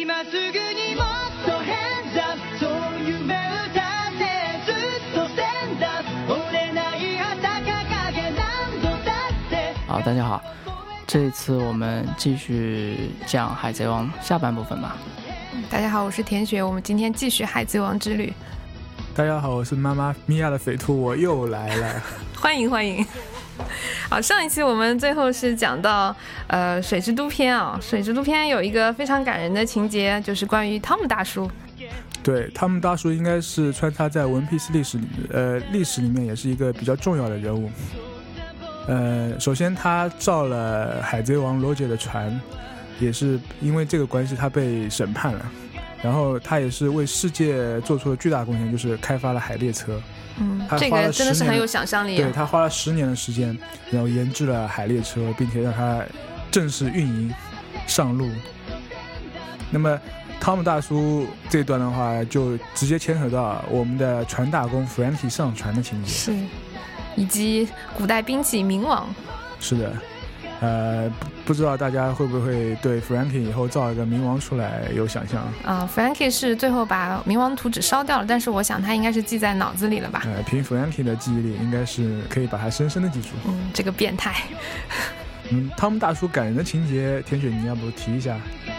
今すぐにもっと hands up そう夢歌ってずっと stand up 折れない旗掲げ何度だって好，大家好，这一次我们继续讲《海贼王》下半部分吧。 大家好，我是田雪，我们今天继续海贼王之旅。 大家好，我是妈妈米娅的匪兔，我又来了。 欢迎欢迎。好，上一期我们最后是讲到水之都篇啊，水之都篇有一个非常感人的情节，就是关于汤姆大叔。 对，汤姆大叔应该是穿插在文皮斯历史里面也是一个比较重要的人物。首先他造了海贼王罗杰的船，也是因为这个关系他被审判了。然后他也是为世界做出了巨大贡献，就是开发了海列车。 这个真的是很有想象力。 对，他花了10年的时间，然后研制了海列车，并且让它正式运营上路。那么汤姆大叔这段的话，就直接牵扯到我们的船大公 Frankie 上船的情节， 是，以及古代兵器冥王。是的。不知道大家会不会对 Frankie 以后造一个冥王出来有想象 ？Frankie 是最后把冥王图纸烧掉了，但是我想他应该是记在脑子里了吧？ 凭 Frankie 的记忆力，应该是可以把它深深的记住。 这个变态。 汤姆大叔感人的情节，田雪你要不提一下？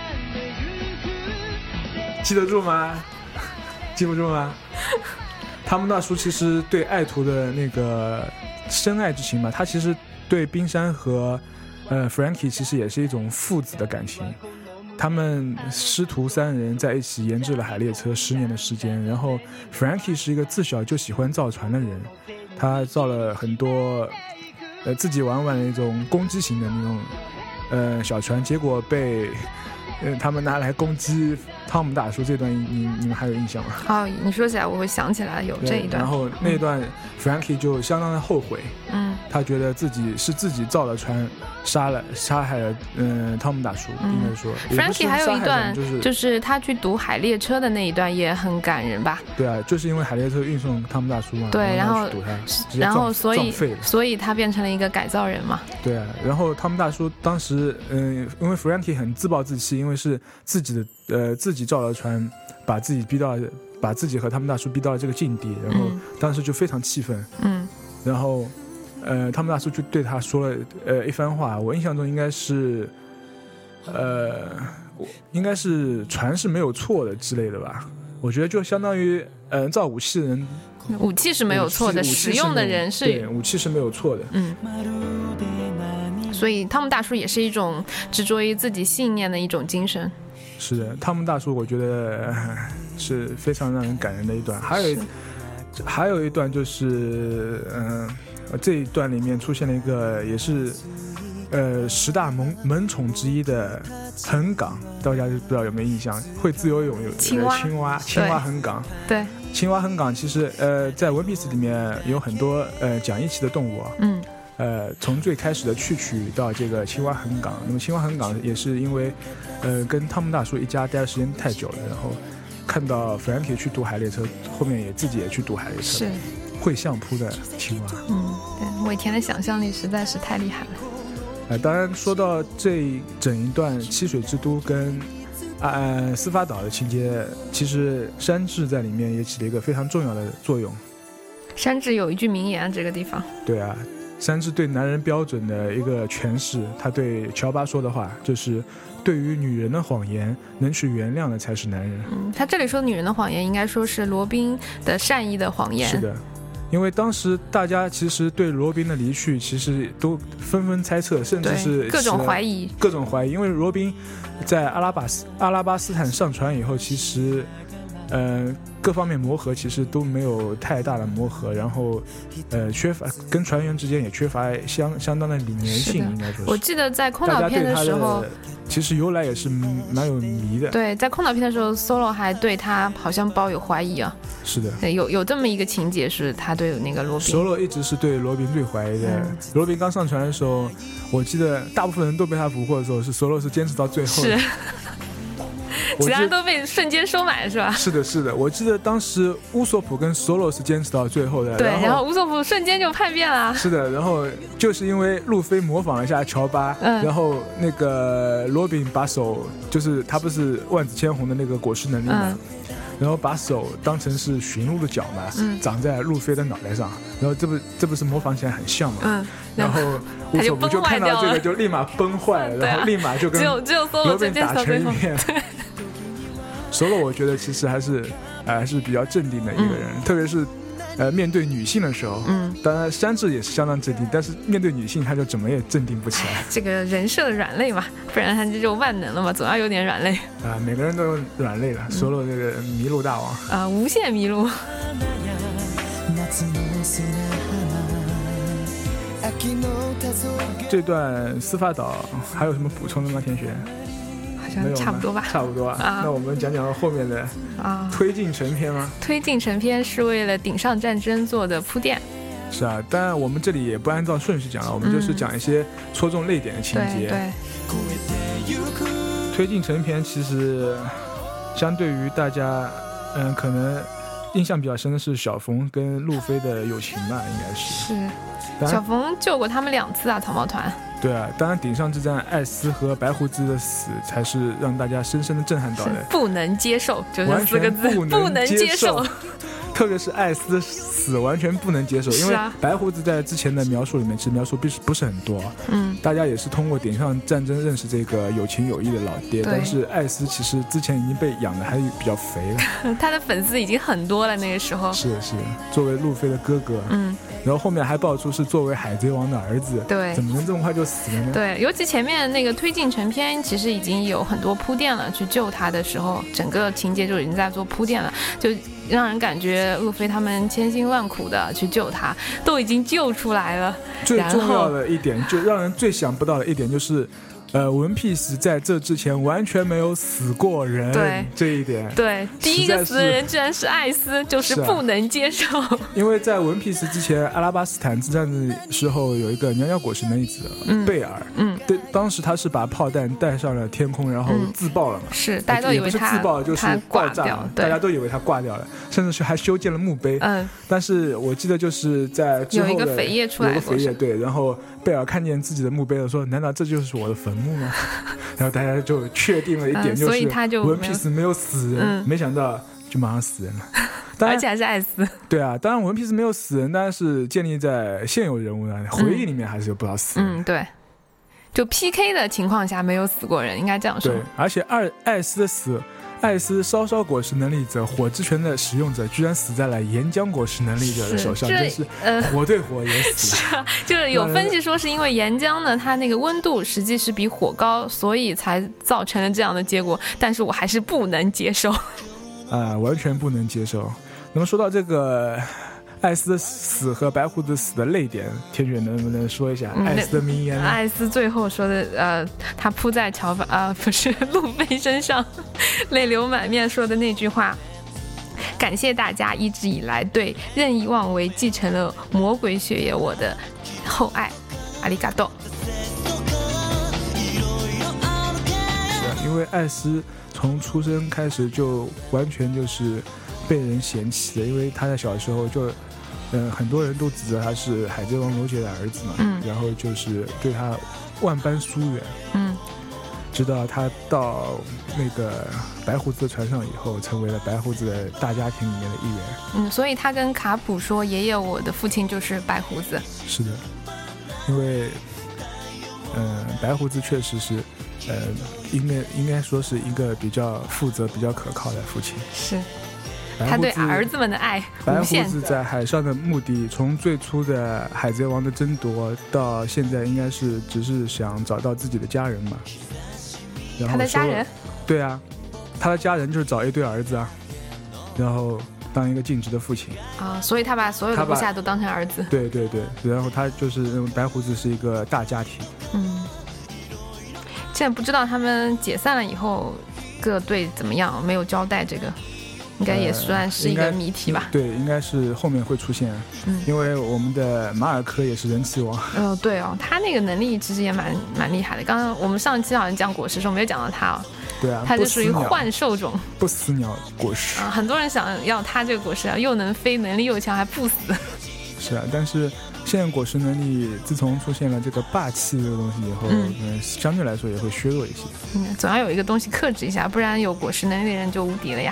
记得住吗？记不住吗？汤姆大叔其实对爱徒的那个深爱之情嘛，他其实对冰山和Frankie 其实也是一种父子的感情。他们师徒3人在一起研制了海列车10年的时间，然后 Frankie 是一个自小就喜欢造船的人，他造了很多自己玩的那种攻击型的那种小船，结果被他们拿来攻击汤姆大叔。这段你们还有印象吗？ 你说起来我会想起来有这一段。 然后那一段 Frankie 就相当的后悔，他觉得自己造了船，杀害了汤姆大叔，应该说。 Frankie 还有一段就是他去堵海列车的那一段也很感人吧？ 对啊，就是因为海列车运送汤姆大叔嘛， 对，然后所以他变成了一个改造人嘛。 对啊，然后汤姆大叔当时因为 Frankie 很自暴自弃，因为是自己造了船，把自己和汤姆大叔逼到了这个境地，然后当时就非常气愤。然后汤姆大叔就对他说了一番话，我印象中应该是船是没有错的之类的吧。我觉得就相当于造武器的人， 武器是没有错的，使用的人是， 对，武器是没有错的。 所以汤姆大叔也是一种执着于自己信念的一种精神。 是的，汤姆大叔我觉得是非常让人感人的一段。还有一段就是这一段里面出现了一个也是10大萌宠之一的横港，大家就不知道有没有印象？会自由泳有青蛙横港。 对， 青蛙横港其实在文皮斯里面有很多讲义气的动物从最开始的蛐蛐到这个青蛙横港。那么青蛙横港也是因为跟汤姆大叔一家待的时间太久了，然后看到 Frankie 去堵海列车，后面自己也去堵海列车， 是会相扑的青蛙。 对，尾田的想象力实在是太厉害了。 当然说到这整一段七水之都跟司法岛的情节，其实山治在里面也起了一个非常重要的作用。 山治有一句名言，这个地方。对啊，山治对男人标准的一个诠释，他对乔巴说的话就是对于女人的谎言能去原谅的才是男人。 他这里说的女人的谎言应该说是罗宾的善意的谎言。 是的，因为当时大家其实对罗宾的离去其实都纷纷猜测，甚至是各种怀疑， 因为罗宾在阿拉巴斯坦上船以后，其实各方面磨合其实都没有太大的磨合，然后缺乏跟船员之间也缺乏相当的理念性，应该说是。 我记得在空岛篇的时候， 其实由来也是蛮有迷的。 对，在空岛篇的时候 ，Solo 还对他好像抱有怀疑啊。 是的， 有这么一个情节，是他对那个罗宾。 Solo 一直是对罗宾最怀疑的。罗宾刚上船的时候，我记得大部分人都被他俘获的时候，是 Solo 是坚持到最后的。 是。 其他人都被瞬间收买了是吧？ 是的，是的，我记得当时乌索普跟 Solo 是坚持到最后的， 对，然后乌索普瞬间就叛变了。 是的，然后就是因为路飞模仿了一下乔巴，然后那个罗宾把手，就是他不是万紫千红的那个果实能力嘛，然后把手当成是驯鹿的角嘛，长在路飞的脑袋上，然后这不是模仿起来很像嘛，然后乌索普就看到这个就立马崩坏了，然后立马就跟罗宾打成一片。Solo 我觉得其实还是比较镇定的一个人，特别是面对女性的时候，当然山治也是相当镇定，但是面对女性他就怎么也镇定不起来。 这个人设的软肋嘛，不然他就万能了嘛，总要有点软肋啊。每个人都有软肋了，Solo 这个麋鹿大王啊，无限麋鹿。 这段司法岛还有什么补充的吗？天璇？ 差不多吧， 差不多啊。那我们讲讲后面的推进城篇吗？ 推进城篇是为了顶上战争做的铺垫。 是啊，当然我们这里也不按照顺序讲了，我们就是讲一些戳中泪点的情节。 对。 推进城篇其实相对于大家，可能印象比较深的是小冯跟路飞的友情吧，应该是。 是。小冯救过他们2次啊，草帽团。 对啊，当然顶上之战艾斯和白胡子的死才是让大家深深的震撼到的， 不能接受，就是4个字， 不能接受。 特别是艾斯死完全不能接受，因为白胡子在之前的描述里面其实描述不是很多，大家也是通过顶上战争认识这个有情有义的老爹，但是艾斯其实之前已经被养的还比较肥了， 他的粉丝已经很多了那个时候， 是作为路飞的哥哥，然后后面还爆出是作为海贼王的儿子， 对， 怎么能这么快就死了呢？ 对，尤其前面那个推进城篇其实已经有很多铺垫了，去救他的时候整个情节就已经在做铺垫了，就让人感觉路飞他们千辛万苦的去救他，都已经救出来了。 最重要的一点，就让人最想不到的一点就是文 Piece 在这之前完全没有死过人， 对这一点， 对，第一个死的人居然是艾斯，就是不能接受。 因为在文 Piece 之前，阿拉巴斯坦之战的时候，有一个鸟鸟果实能力者贝尔，对，当时他是把炮弹带上了天空，然后自爆了嘛， 是大家都以为他自爆就是爆炸了，大家都以为他挂掉了，甚至还修建了墓碑。但是我记得就是在之后的有一个扉页出来， 有个扉页，对，然后贝尔看见自己的墓碑了，说：“难道这就是我的坟墓吗？”然后大家就确定了一点，就是文 Piece 没有死人，没想到就马上死人了， 而且还是艾斯。 对啊，当然文 Piece 没有死人，但是建立在现有人物的回忆里面还是有不少死人。 对，就 PK 的情况下没有死过人，应该这样说。 对，而且艾斯的死。艾斯烧果实能力者火之拳的使用者居然死在了岩浆果实能力者的手上，真是火对火也死。 是啊，就是有分析说是因为岩浆呢，它那个温度实际是比火高，所以才造成了这样的结果。但是我还是不能接受， 完全不能接受。那么说到这个艾斯的死和白胡子死的泪点，天璇能不能说一下艾斯的名言呢？ 艾斯最后说的，他扑在不是路飞身上，泪流满面说的那句话：“感谢大家一直以来对任意妄为继承了魔鬼血液我的厚爱，阿里嘎多。” 是，因为艾斯从出生开始就完全就是被人嫌弃的，因为他在小时候就。很多人都指责他是海贼王罗杰的儿子嘛，然后就是对他万般疏远，直到他到那个白胡子的船上以后，成为了白胡子的大家庭里面的一员。 所以他跟卡普说：“爷爷，我的父亲就是白胡子。” 是的，因为白胡子确实是应该说是一个比较负责、比较可靠的父亲。 是。他对儿子们的爱白胡子在海上的目的，从最初的海贼王的争夺到现在，应该是只是想找到自己的家人嘛。然后他的家人？ 对啊，他的家人就是找一堆儿子啊，然后当一个尽职的父亲啊，所以他把所有的部下都当成儿子。 对对对，然后他就是白胡子是一个大家庭。 现在不知道他们解散了以后各队怎么样，没有交代这个。应该也算是一个谜题吧。 对，应该是后面会出现，因为我们的马尔科也是人气王。 对哦，他那个能力其实也蛮厉害的。刚刚我们上期好像讲果实的时候没有讲到他哦。 对啊， 它就属于不死鸟幻兽种不死鸟果实啊。很多人想要它这个果实啊，又能飞，能力又强，还不死。 是啊，但是现在果实能力自从出现了这个霸气这个东西以后，相对来说也会削弱一些。 总要有一个东西克制一下，不然有果实能力的人就无敌了呀。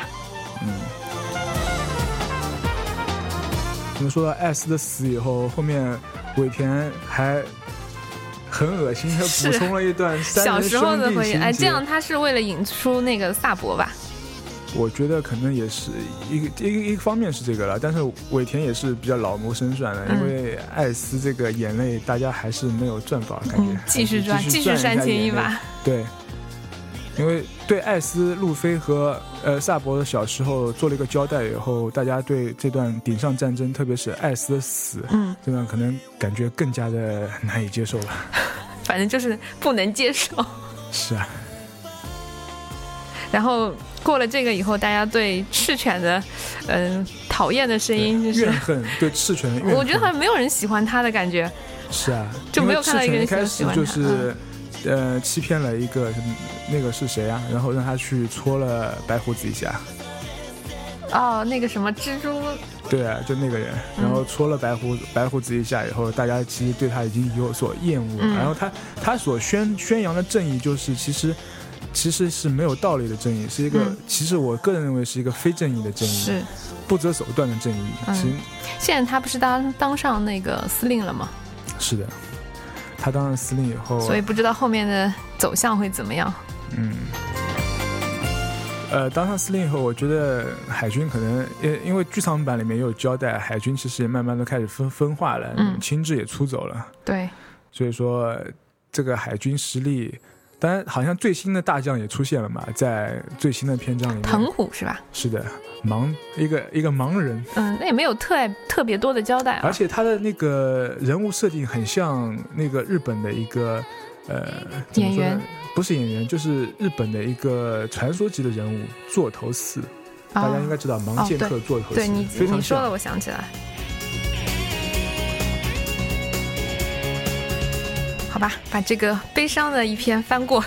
我们说到艾斯的死以后，后面尾田还很恶心的补充了一段小时候的回忆。 哎， 这样他是为了引出那个萨博吧？ 我觉得可能也是一个方面是这个了，但是尾田也是比较老谋深算的，因为艾斯这个眼泪大家还是没有赚饱，感觉继续煽情一把。 对，因为对艾斯、路飞和萨博的小时候做了一个交代以后，大家对这段顶上战争，特别是艾斯的死，这段可能感觉更加的难以接受了。 反正就是不能接受。 是啊。 然后过了这个以后，大家对赤犬的讨厌的声音就是怨恨，对赤犬的怨恨。 我觉得好像没有人喜欢他的感觉。 是啊， 就没有看到一个人喜欢他。 一开始就是欺骗了一个那个是谁啊？然后让他去戳了白胡子一下。 哦，那个什么蜘蛛。 对啊，就那个人，然后戳了白胡子一下以后，大家其实对他已经有所厌恶了。然后他所宣扬的正义就是其实是没有道理的正义，是一个其实我个人认为是一个非正义的正义， 是不择手段的正义。 现在他不是当上那个司令了吗？ 是的，他当上司令以后， 所以不知道后面的走向会怎么样。 当上司令以后，我觉得海军可能因为剧场版里面也有交代，海军其实也慢慢的开始分化了，亲自也出走了。对，所以说这个海军实力。当然，好像最新的大将也出现了嘛，在最新的篇章里面， 藤虎是吧？是的，一个盲人， 那也没有特别多的交代而且他的那个人物设定很像那个日本的一个演员， 不是演员，就是日本的一个传说级的人物座头四，大家应该知道盲剑客座头四， 对你说了，我想起来。好吧，把这个悲伤的一篇翻过。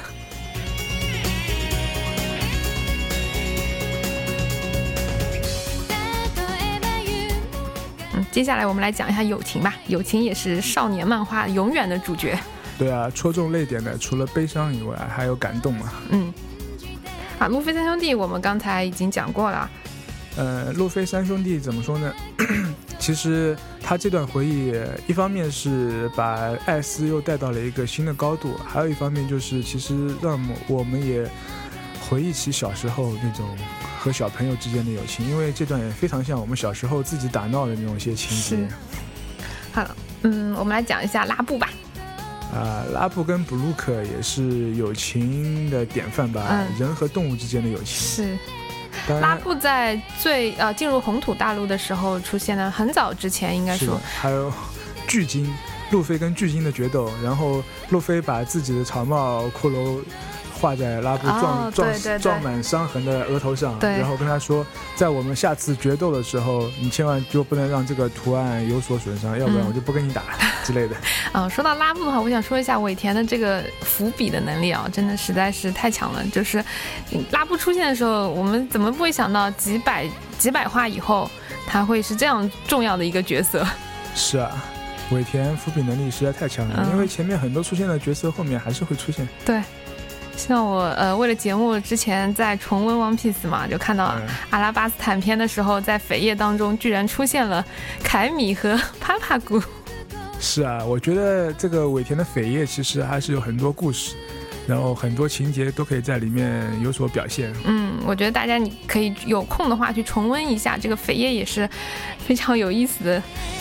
接下来我们来讲一下友情吧。友情也是少年漫画永远的主角。 对啊，戳中泪点的除了悲伤以外，还有感动嘛。 路飞三兄弟我们刚才已经讲过了。 路飞三兄弟怎么说呢？其实他这段回忆，一方面是把艾斯又带到了一个新的高度，还有一方面就是其实让我们也回忆起小时候那种和小朋友之间的友情，因为这段也非常像我们小时候自己打闹的那种一些情节。 好了，我们来讲一下拉布吧。 拉布跟布鲁克也是友情的典范吧，人和动物之间的友情。 是。拉布在进入红土大陆的时候出现的很早之前，应该说还有巨鲸，路飞跟巨鲸的决斗，然后路飞把自己的草帽骷髅画在拉布撞满伤痕的额头上，然后跟他说，在我们下次决斗的时候，你千万就不能让这个图案有所损伤，要不然我就不跟你打之类的。 说到拉布的话，我想说一下尾田的这个伏笔的能力啊，真的实在是太强了。就是拉布出现的时候，我们怎么不会想到几百话以后他会是这样重要的一个角色？是啊， 尾田伏笔能力实在太强了，因为前面很多出现的角色后面还是会出现。 对。像我为了节目之前在重温 One Piece 嘛，就看到阿拉巴斯坦篇的时候，在扉页当中居然出现了凯米和帕帕古。 是啊，我觉得这个尾田的扉页其实还是有很多故事，然后很多情节都可以在里面有所表现。 我觉得大家你可以有空的话去重温一下，这个扉页也是非常有意思的。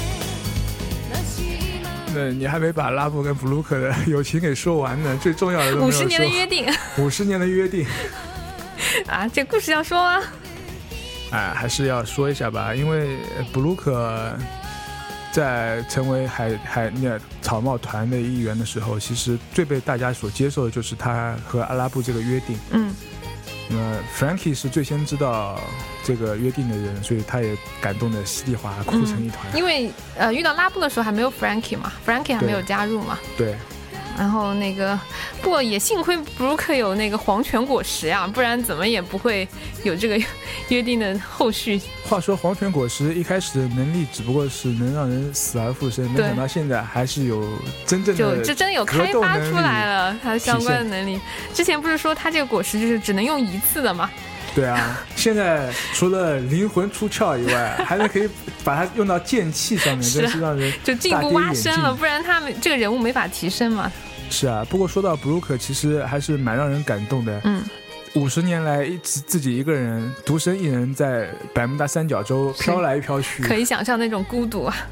你还没把拉布跟布鲁克的友情给说完呢，最重要的都没有说。 50年的约定 ，50年的约定这故事要说吗？ 还是要说一下吧，因为布鲁克在成为草帽团的一员的时候，其实最被大家所接受的就是他和阿拉布这个约定。Frankie 是最先知道这个约定的人，所以他也感动的稀里哗啦哭成一团。 因为遇到拉布的时候还没有 Frankie 嘛， Frankie 还没有加入嘛。 对， 然后那个，不过也幸亏布鲁克有那个黄泉果实呀，不然怎么也不会有这个约定的后续。 话说黄泉果实一开始的能力只不过是能让人死而复生，没想到现在还是有真正的就真的有开发出来了它相关的能力。之前不是说它这个果实就是只能用一次的吗？ 对啊，现在除了灵魂出窍以外，还能可以把它用到剑气上面，真是让人就进一步挖深了，不然他们这个人物没法提升嘛。 是啊，不过说到布鲁克，其实还是蛮让人感动的。50年来一直自己一个人独身一人在百慕大三角洲飘来飘去， 可以想象那种孤独啊。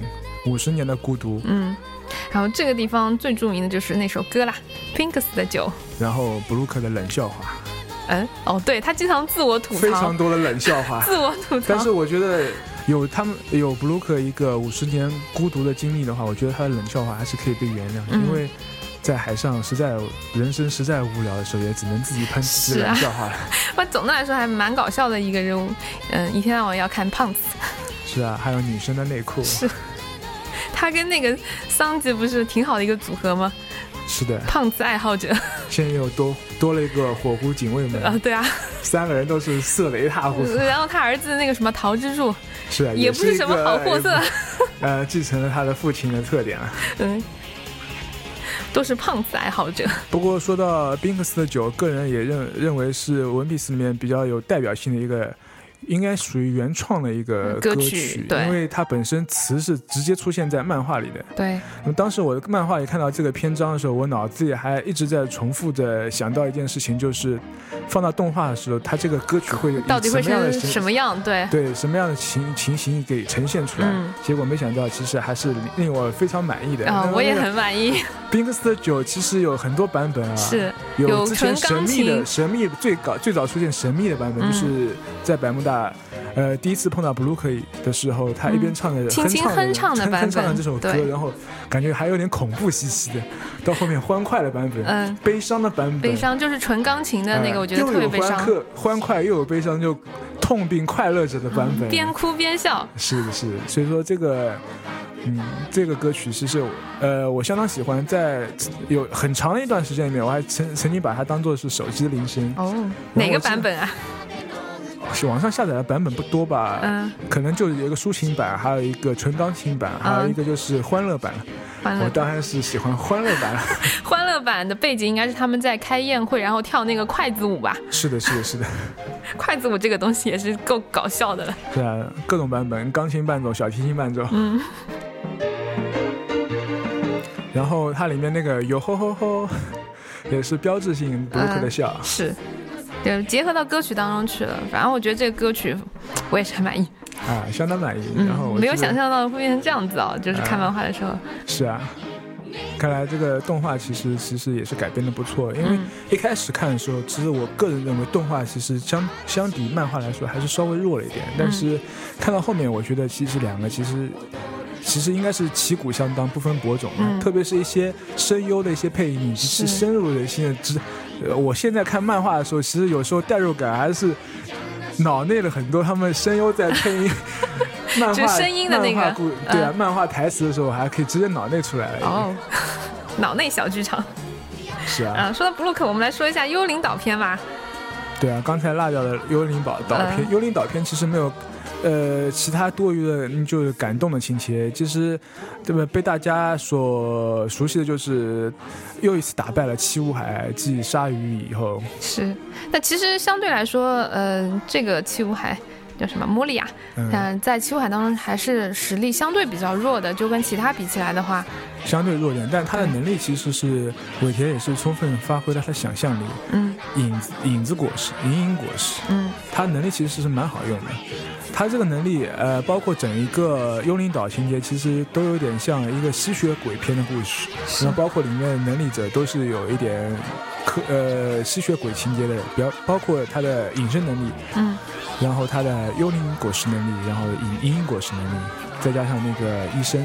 50年的孤独。 然后这个地方最著名的就是那首歌啦， Pinks 的酒， 然后布鲁克的冷笑话。 对，他经常自我吐槽， 非常多的冷笑话， 自我吐槽。 但是我觉得有布鲁克一个50年孤独的经历的话，我觉得他的冷笑话还是可以被原谅，因为在海上人生实在无聊的时候，也只能自己喷自己的冷笑话了。 不，总的来说还蛮搞笑的一个人物。一天到晚要看胖子。是啊，还有女生的内裤。 是，他跟那个桑吉不是挺好的一个组合吗？ 是的， 胖子爱好者。 现在又多了一个火狐警卫们对啊 ，3个人都是色雷踏户。 然后他儿子那个什么桃之助， 是啊， 也不是什么好货色。 继承了他的父亲的特点啊。 都是胖子爱好者。 不过说到宾克斯的酒，个人也认为是文碧斯里面比较有代表性的一个，应该属于原创的一个歌曲， 对， 因为它本身词是直接出现在漫画里的。 对。 那么当时我漫画里看到这个篇章的时候，我脑子里还一直在重复的想到一件事情，就是放到动画的时候，它这个歌曲会到底会是什么样？对， 什么样的情形给呈现出来。结果没想到，其实还是令我非常满意的。 我也很满意。 宾克斯的酒其实有很多版本啊， 是有之前神秘最早出现神秘的版本，就是在百慕大第一次碰到布鲁克的时候，他一边唱着哼唱的版本， 这首歌，然后感觉还有点恐怖兮兮的，到后面欢快的版本，悲伤的版本， 悲伤就是纯钢琴的那个，我觉得特别悲伤， 又有欢快又有悲伤，就痛并快乐着的版本， 边哭边笑。 是的，所以说这个歌曲其实我相当喜欢，在有很长的一段时间里面，我还曾经把它当作是手机的铃声。 哪个版本啊？ 网上下载的版本不多吧，可能就有一个抒情版，还有一个纯钢琴版，还有一个就是欢乐版。我当然是喜欢欢乐版了。 欢乐版的背景应该是他们在开宴会，然后跳那个筷子舞吧？是的。筷子舞这个东西也是够搞笑的了。 对啊，各种版本，钢琴伴奏、小提琴伴奏。然后它里面那个有吼吼吼，也是标志性布鲁克的笑。 是。就结合到歌曲当中去了，反正我觉得这个歌曲我也是很满意相当满意。然后没有想象到会变成这样子就是看漫画的时候。 是啊，看来这个动画其实也是改编的不错，因为一开始看的时候，其实我个人认为动画其实相比漫画来说还是稍微弱了一点，但是看到后面，我觉得其实两个其实应该是旗鼓相当，不分伯仲，特别是一些声优的一些配音，是深入人心的。我现在看漫画的时候，其实有时候代入感还是脑内了很多他们声优在配音漫画声音的那个对啊，漫画台词的时候还可以直接脑内出来了。 脑内小剧场。 是啊。 说到布鲁克，我们来说一下幽灵岛篇吧。 对啊，刚才落掉的幽灵岛篇，幽灵岛篇其实没有其他多余的就是感动的情节，其实对吧？被大家所熟悉的就是又一次打败了七武海继鲨鱼以后。是， 那其实相对来说，这个七武海叫什么莫利亚，在七武海当中还是实力相对比较弱的，就跟其他比起来的话， 相对弱点，但他的能力其实是尾田也是充分发挥了他的想象力。影子果实、银影果实，他能力其实是蛮好用的。他这个能力，包括整一个幽灵岛情节，其实都有点像一个吸血鬼片的故事。那包括里面的能力者都是有一点吸血鬼情节的，包括他的隐身能力，然后他的幽灵果实能力，然后银影果实能力，再加上那个医生，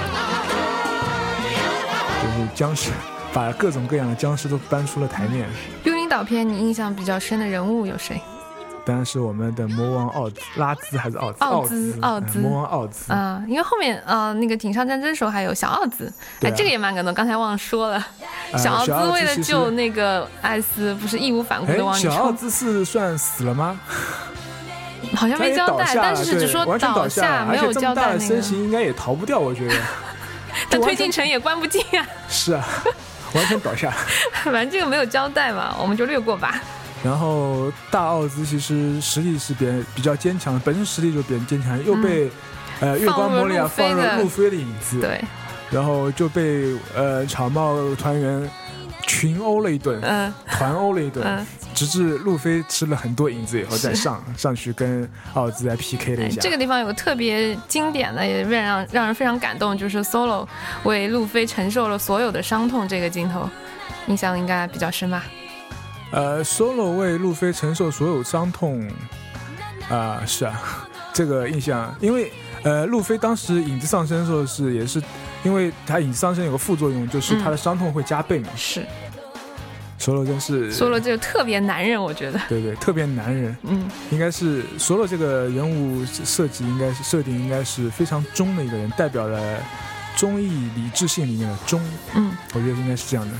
就是僵尸，把各种各样的僵尸都搬出了台面。 幽灵岛篇，你印象比较深的人物有谁？ 当然是我们的魔王拉兹还是奥兹，魔王奥兹因为后面那个顶上战争的时候还有小奥兹，这个也蛮感动，刚才忘了说了，小奥兹为了救那个艾斯，不是义无反顾的往里冲。 小奥兹是算死了吗？ 好像没交代，但是只说倒下，没有交代那个。而且这么大的身形应该也逃不掉，我觉得。 但推进城也关不进啊。 是啊，完全倒下。 反正这个没有交代嘛，我们就略过吧。 然后大奥兹其实实力是比较坚强，本身实力就比较坚强，又被月光魔力放入路飞的影子， 对， 然后就被草帽团员群殴了一顿，团殴了一顿，直至路飞吃了很多影子以后再上去跟奥兹来 PK 了一下。 这个地方有个特别经典的，也让人非常感动，就是 Solo 为路飞承受了所有的伤痛，这个镜头印象应该比较深吧。 Solo 为路飞承受所有伤痛，是啊，这个印象，因为路飞当时影子上升的时候也是，因为他影子上升有个副作用，就是他的伤痛会加倍嘛。 是。 Solo 真是 Solo 这个特别男人，我觉得。 对，特别男人。应该是 Solo 这个人物设定应该是非常忠的一个人，代表了忠义理智性里面的忠。我觉得应该是这样的。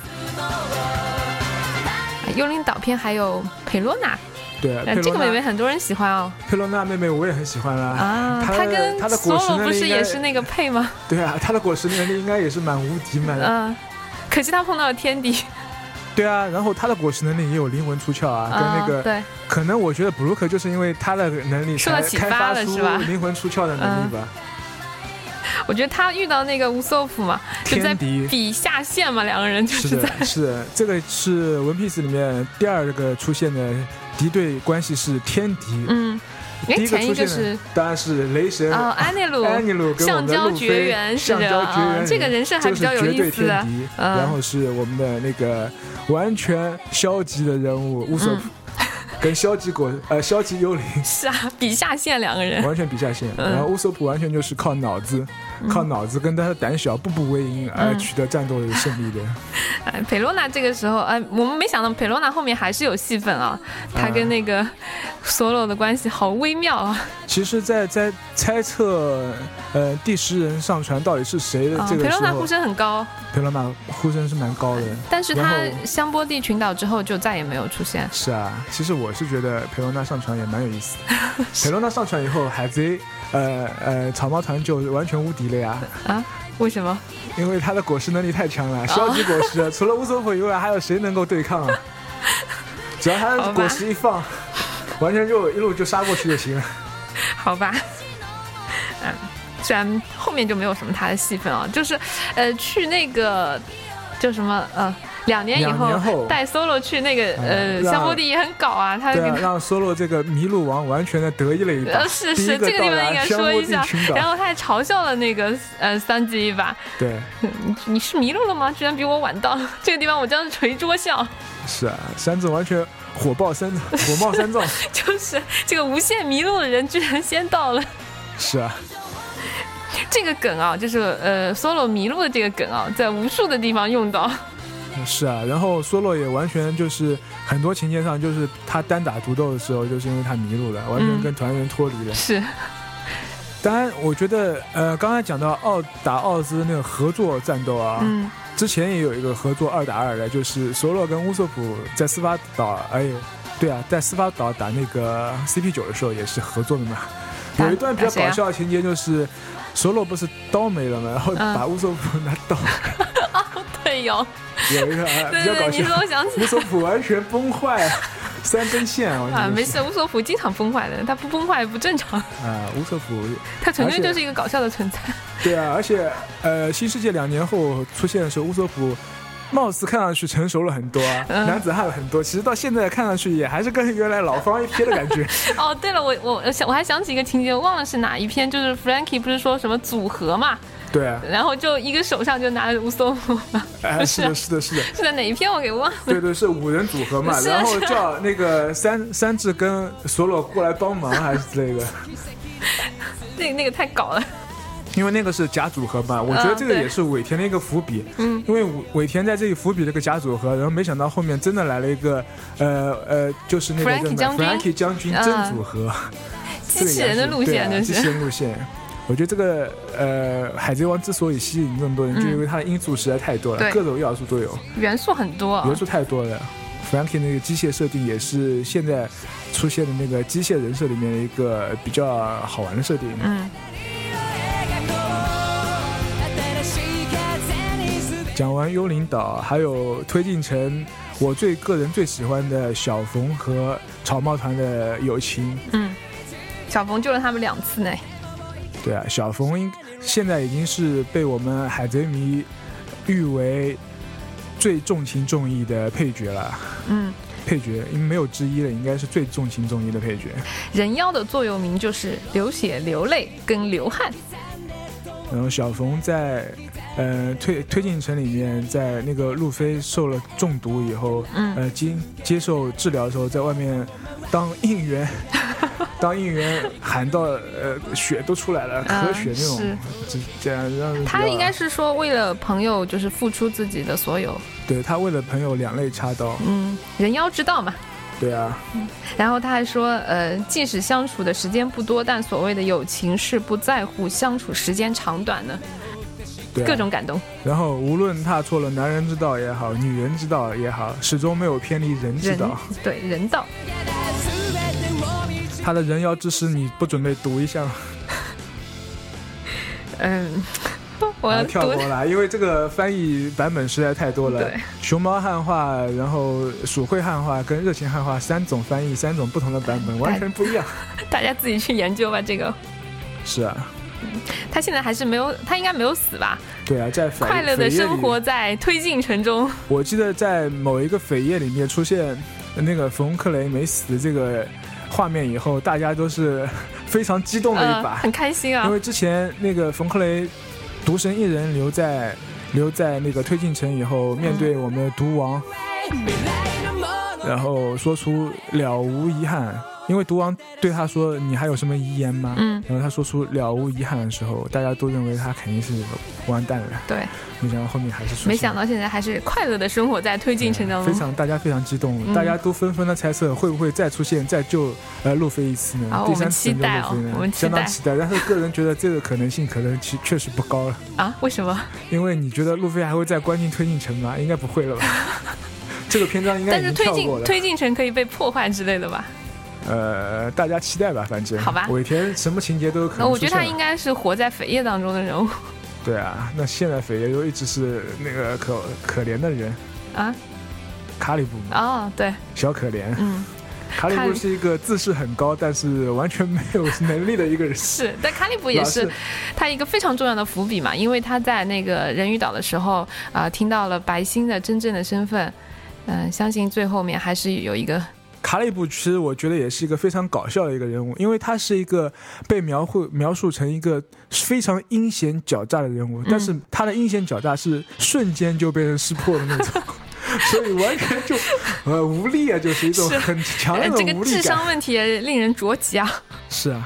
幽灵岛篇还有佩洛娜， 对， 这个妹妹很多人喜欢哦。 佩洛娜妹妹我也很喜欢啦。 她跟 Solo 不是也是那个配吗？ 对啊，她的果实能力应该也是蛮无敌蛮。 可惜她碰到了天敌。 对啊，然后她的果实能力也有灵魂出窍啊，跟那个对， 可能我觉得布鲁克就是因为他的能力才开发出灵魂出窍的能力吧。 我觉得他遇到那个乌索普嘛，就在比下限嘛，两个人就是在是的，这个是文 Piece 里面第二个出现的敌对关系是天敌。第一个出现的当然是雷神安妮鲁橡胶绝缘，是的，这个人设还比较有意思的。 然后是我们的那个完全消极的人物乌索普。跟消极幽灵是啊，比下线两个人， 完全比下线。然后乌索普完全就是靠脑子跟他的胆小步步为营而取得战斗的胜利的。 佩洛娜这个时候，我们没想到佩洛娜后面还是有戏份啊，他跟那个Solo的关系好微妙啊。 其实在猜测第10人上传到底是谁的这个时候， 佩洛娜呼声很高， 佩洛娜呼声是蛮高的， 但是他香波地群岛之后就再也没有出现。 是啊，其实我是觉得佩洛娜上传也蛮有意思的。佩洛娜上传以后，海贼草帽团就完全无敌了呀。 为什么？ 因为他的果实能力太强了，消极果实除了乌索普以外还有谁能够对抗啊？只要他的果实一放，完全就一路就杀过去就行了。 好吧。虽然后面就没有什么他的戏份啊，就是去那个叫什么2年以后带 Solo 去那个香波地也很搞啊，他让 Solo 这个麋鹿王完全的得意了一把。 是这个地方应该说一下，然后他还嘲笑了那个三吉一把。 对， 你是麋鹿了吗？居然比我晚到，这个地方我将捶桌笑。 是啊，三子完全火冒三丈， 就是这个无限麋鹿的人居然先到了。 是啊。 这个梗啊，就是Solo 麋鹿的这个梗啊，在无数的地方用到。 是啊，然后Solo也完全就是很多情节上，就是他单打独斗的时候，就是因为他迷路了，完全跟团员脱离了。 是。 当然，我觉得刚才讲到打奥兹那个合作战斗啊，之前也有一个合作2打2的，就是Solo跟乌索普在斯巴岛，对啊，在斯巴岛打那个 CP9 的时候也是合作的嘛。有一段比较搞笑的情节就是，Solo 不是刀没了嘛，然后把乌索普拿刀。 对，有一个比较搞笑， 你说我想起乌索普完全崩坏，3根线没事，乌索普经常崩坏的，他不崩坏不正常乌索普他纯粹就是一个搞笑的存在。 对啊，而且新世界2年后出现的时候，乌索普貌似看上去成熟了很多男子汉了很多，其实到现在看上去也还是跟原来老方一瞥的感觉。 对了，我还想起一个情节，我忘了是哪一篇，就是 Frankie 不是说什么组合嘛？对啊，然后就一个手上就拿着乌索普嘛。 是的，是在哪一篇我给忘了？ 对，是5人组合嘛，然后叫那个三智跟索罗过来帮忙还是之类的。 那个太搞了。 因为那个是假组合嘛，我觉得这个也是尾田的一个伏笔。因为尾田在这里伏笔了个假组合，然后没想到后面真的来了一个就是那个 Frankie 将军真组合， 机器人的路线， 这是机器人路线。我觉得这个海贼王之所以吸引这么多人，就因为它的因素实在太多了，各种要素都有， 元素很多， 元素太多了。Frankie 那个机械设定也是现在出现的那个机械人设里面的一个比较好玩的设定。讲完幽灵岛，还有推进城，我个人最喜欢的小冯和草帽团的友情。 小冯救了他们2次呢。 对啊，小冯现在已经是被我们海贼迷誉为最重情重义的配角了。配角因为没有之一了，应该是最重情重义的配角。 人妖的座右铭就是流血流泪跟流汗。 然后小冯在推进城里面，在那个路飞受了中毒以后，接受治疗的时候，在外面当应援喊到血都出来了，咳血那种，这样让他应该是说为了朋友就是付出自己的所有。 对，他为了朋友两肋插刀。 人妖之道嘛。 对啊。 然后他还说即使相处的时间不多，但所谓的友情是不在乎相处时间长短的。对啊，各种感动。然后无论踏错了男人之道也好，女人之道也好，始终没有偏离人之道。对，人道。他的人妖之诗你不准备读一下吗？我要跳过了，因为这个翻译版本实在太多了。对，熊猫汉化，然后鼠会汉化跟热情汉化3种翻译，3种不同的版本，完全不一样。大家自己去研究吧，这个。是啊。他现在还是没有，他应该没有死吧？对啊，在快乐的生活在推进城中。我记得在某一个扉页里面出现那个冯克雷没死的这个画面以后，大家都是非常激动的一把，很开心啊！因为之前那个冯克雷独身一人留在那个推进城以后，面对我们的毒王，然后说出了无遗憾。因为毒王对他说你还有什么遗言吗？然后他说出了无遗憾的时候，大家都认为他肯定是完蛋了。对，没想到后面还是没想到现在还是快乐的生活在推进城当中，大家非常激动，大家都纷纷的猜测会不会再出现再救路飞一次呢？第3次拯救路飞呢？我们相当期待，但是个人觉得这个可能性可能确实不高了啊？为什么？因为你觉得路飞还会再关进推进城吗？应该不会了吧？这个篇章应该已经跳过了。但是推进城可以被破坏之类的吧？大家期待吧，反正好吧。尾田什么情节都有可能。我觉得他应该是活在扉页当中的人物。对啊，那现在扉页又一直是那个可怜的人啊，卡里布。哦，对，小可怜。卡里布是一个自视很高，但是完全没有能力的一个人。是，但卡里布也是他一个非常重要的伏笔嘛，因为他在那个人鱼岛的时候听到了白星的真正的身份，相信最后面还是有一个。卡里布其实我觉得也是一个非常搞笑的一个人物，因为他是一个被描述成一个非常阴险狡诈的人物，但是他的阴险狡诈是瞬间就被人识破的那种，所以完全就无力啊，就是一种很强烈的无力感。这个智商问题也令人着急啊。是啊。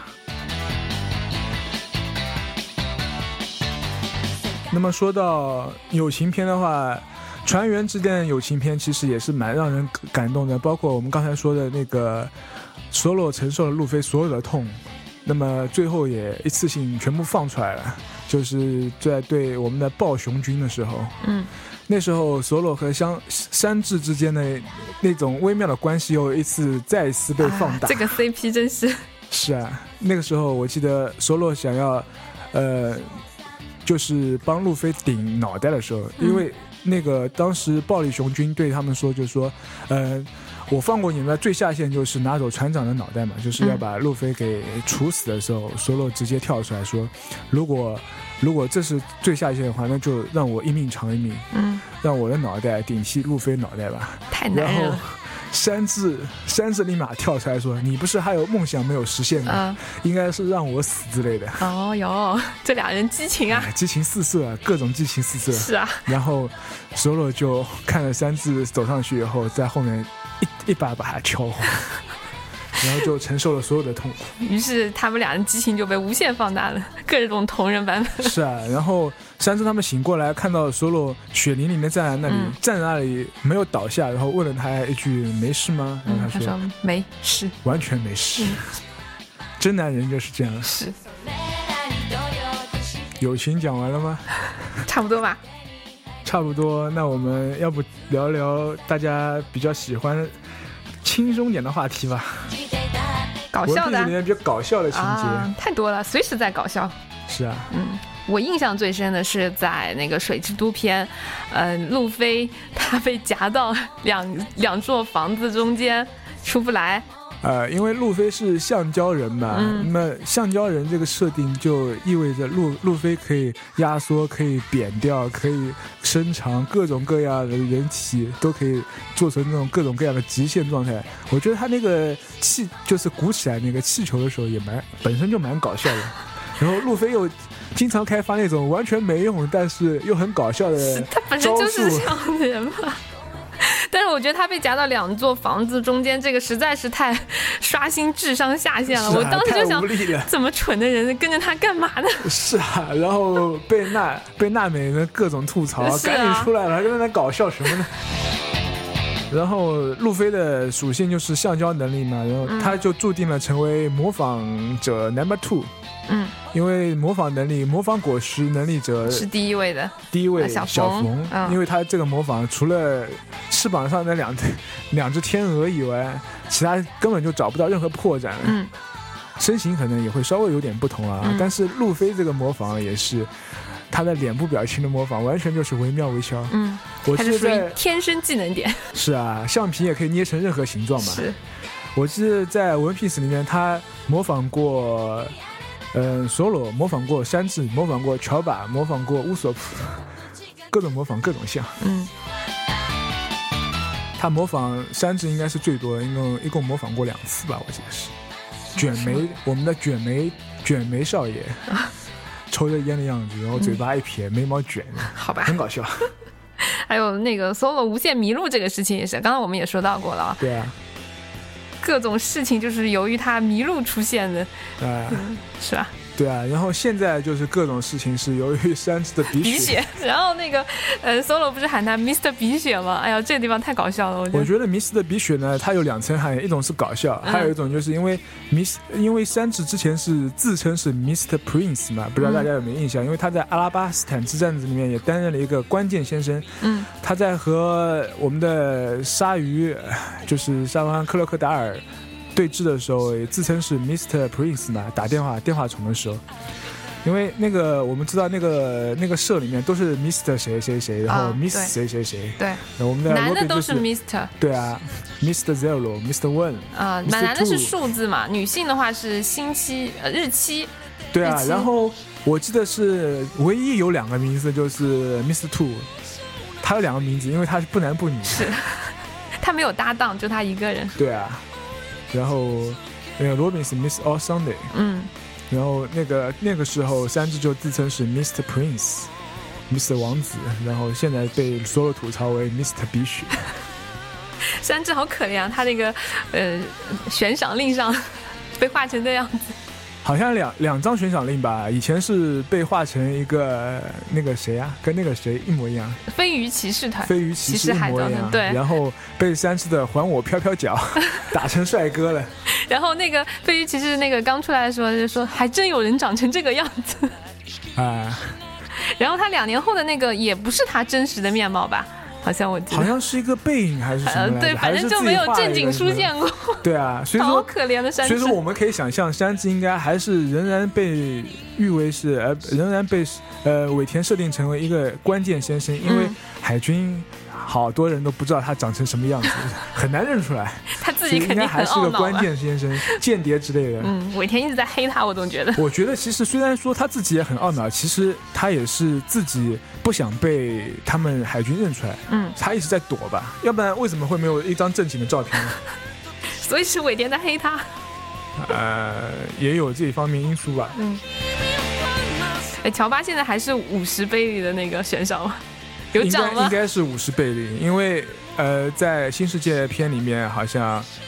那么说到友情篇的话，船员之间的友情篇其实也是蛮让人感动的，包括我们刚才说的那个索罗承受了路飞所有的痛，那么最后也一次性全部放出来了，就是在对我们的暴熊军的时候，那时候索罗和山治之间的那种微妙的关系又再一次被放大，这个 CP 真是啊，那个时候我记得索罗想要就是帮路飞顶脑袋的时候，因为那个当时暴力熊军对他们说，就是说我放过你们的最下限就是拿走船长的脑袋嘛，就是要把路飞给处死的时候，索罗直接跳出来说，如果这是最下限的话，那就让我一命偿一命，让我的脑袋顶替路飞脑袋吧。太难了。然后山治立马跳出来说，你不是还有梦想没有实现吗？应该是让我死之类的。哦哟，这俩人激情啊，激情四射啊，各种激情四射。是啊。然后索罗就看了山治走上去以后，在后面一把把他敲昏， 然后就承受了所有的痛苦。 于是他们俩人激情就被无限放大了，各种同人版本。 是啊，然后山治他们醒过来，看到索罗血淋淋的站在那里，站在那里没有倒下，然后问了他一句没事吗？然后他说没事， 完全没事。真男人就是这样。 是。 友情讲完了吗？ 差不多吧。 差不多，那我们要不聊聊大家比较喜欢轻松点的话题吧？ 搞笑的， 里面比较搞笑的情节、 太多了，随时在搞笑。 是啊， 我印象最深的是在那个水之都篇，路飞他被夹到两座房子中间出不来。 因为路飞是橡胶人嘛，那么橡胶人这个设定就意味着路飞可以压缩，可以扁掉，可以伸长，各种各样的人体都可以做成那种各种各样的极限状态。我觉得他那个就是鼓起来那个气球的时候也本身就蛮搞笑的。然后路飞又经常开发那种完全没用但是又很搞笑的招数。 他本身就是这样的人嘛。但是我觉得他被夹到两座房子中间，这个实在是太刷新智商下限了。我当时就想，怎么蠢的人跟着他干嘛呢？ 是啊，然后被娜美的各种吐槽，赶紧出来了，还在那搞笑什么呢？然后路飞的属性就是橡胶能力嘛，然后他就注定了成为模仿者 No.2。因为模仿果实能力者是第一位小冯，因为他这个模仿除了翅膀上的两只天鹅以外，其他根本就找不到任何破绽。身形可能也会稍微有点不同啊，但是路飞这个模仿也是他的脸部表情的模仿，完全就是惟妙惟肖。 他是属于天生技能点。 是啊，橡皮也可以捏成任何形状嘛。 是， 我是在 One Piece 里面，他模仿过。索罗模仿过山治，模仿过乔巴，模仿过乌索普，各种模仿各种像。他模仿山治应该是最多的，一共模仿过2次吧，我记得是。卷眉，我们的卷眉少爷，抽着烟的样子，然后嘴巴一撇，眉毛卷， 好吧， 很搞笑。 还有那个 Solo 无限迷路这个事情也是，刚刚我们也说到过了。 对啊。 各种事情就是由于他迷路出现的，是吧？ 对啊，然后现在就是各种事情是由于山治的鼻血， 然后那个Solo 不是喊他 Mr. 鼻血吗？哎呀，这个地方太搞笑了， 我觉得 Mr. 鼻血呢，它有2层含义，一种是搞笑，还有一种就是因为山治之前是自称是 Mr. Prince 嘛，不知道大家有没有印象？因为他在阿拉巴斯坦之战里面也担任了一个关键先生，他在和我们的鲨鱼，就是沙文克洛克达尔对峙的时候也自称是 Mr. Prince 嘛，打电话虫的时候，因为那个我们知道那个社里面都是 Mr. 谁谁谁，然后 Miss 谁谁谁， 对， 我们的男的都是 Mr. 对啊 ，Mr. Zero、Mr. One 男的是数字嘛，女性的话是星期日期， 对啊，然后我记得是唯一有2个名字就是 Mr. Two， 他有2个名字，因为他是不男不女， 是他没有搭档，就他一个人， 对啊。然后那个罗宾是 Miss All Sunday， 然后那个时候山治就自称是 Mr. Prince，Mr. 王子，然后现在被所有吐槽为 Mr. 鼻血。 山治好可怜啊，他那个悬赏令上被画成这样子。 好像两张悬赏令吧，以前是被画成一个那个谁啊，跟那个谁一模一样， 飞鱼骑士团， 飞鱼骑士一模一样， 对， 然后被山治的还我飘飘脚打成帅哥了。 然后那个飞鱼骑士那个刚出来的时候就说，还真有人长成这个样子啊。 然后他2年后的那个也不是他真实的面貌吧？好像我记得好像是一个背影还是什么来着， 对，反正就没有正经出现过。 对啊，所以说好可怜的山治。 所以说我们可以想象，山治应该还是仍然被誉为是仍然被尾田设定成为一个关键先生，因为海军好多人都不知道他长成什么样子，很难认出来。 他自己肯定很还是个关键先生，间谍之类的。 尾田一直在黑他，我总觉得。 我觉得其实虽然说他自己也很懊恼，其实他也是自己不想被他们海军认出来。他一直在躲吧，要不然为什么会没有一张正经的照片呢？ 所以是尾田在黑他。 也有这一方面因素吧。 乔巴现在还是50倍里的那个选手吗？有涨吗？ 应该是50倍里，因为在新世界篇里面好像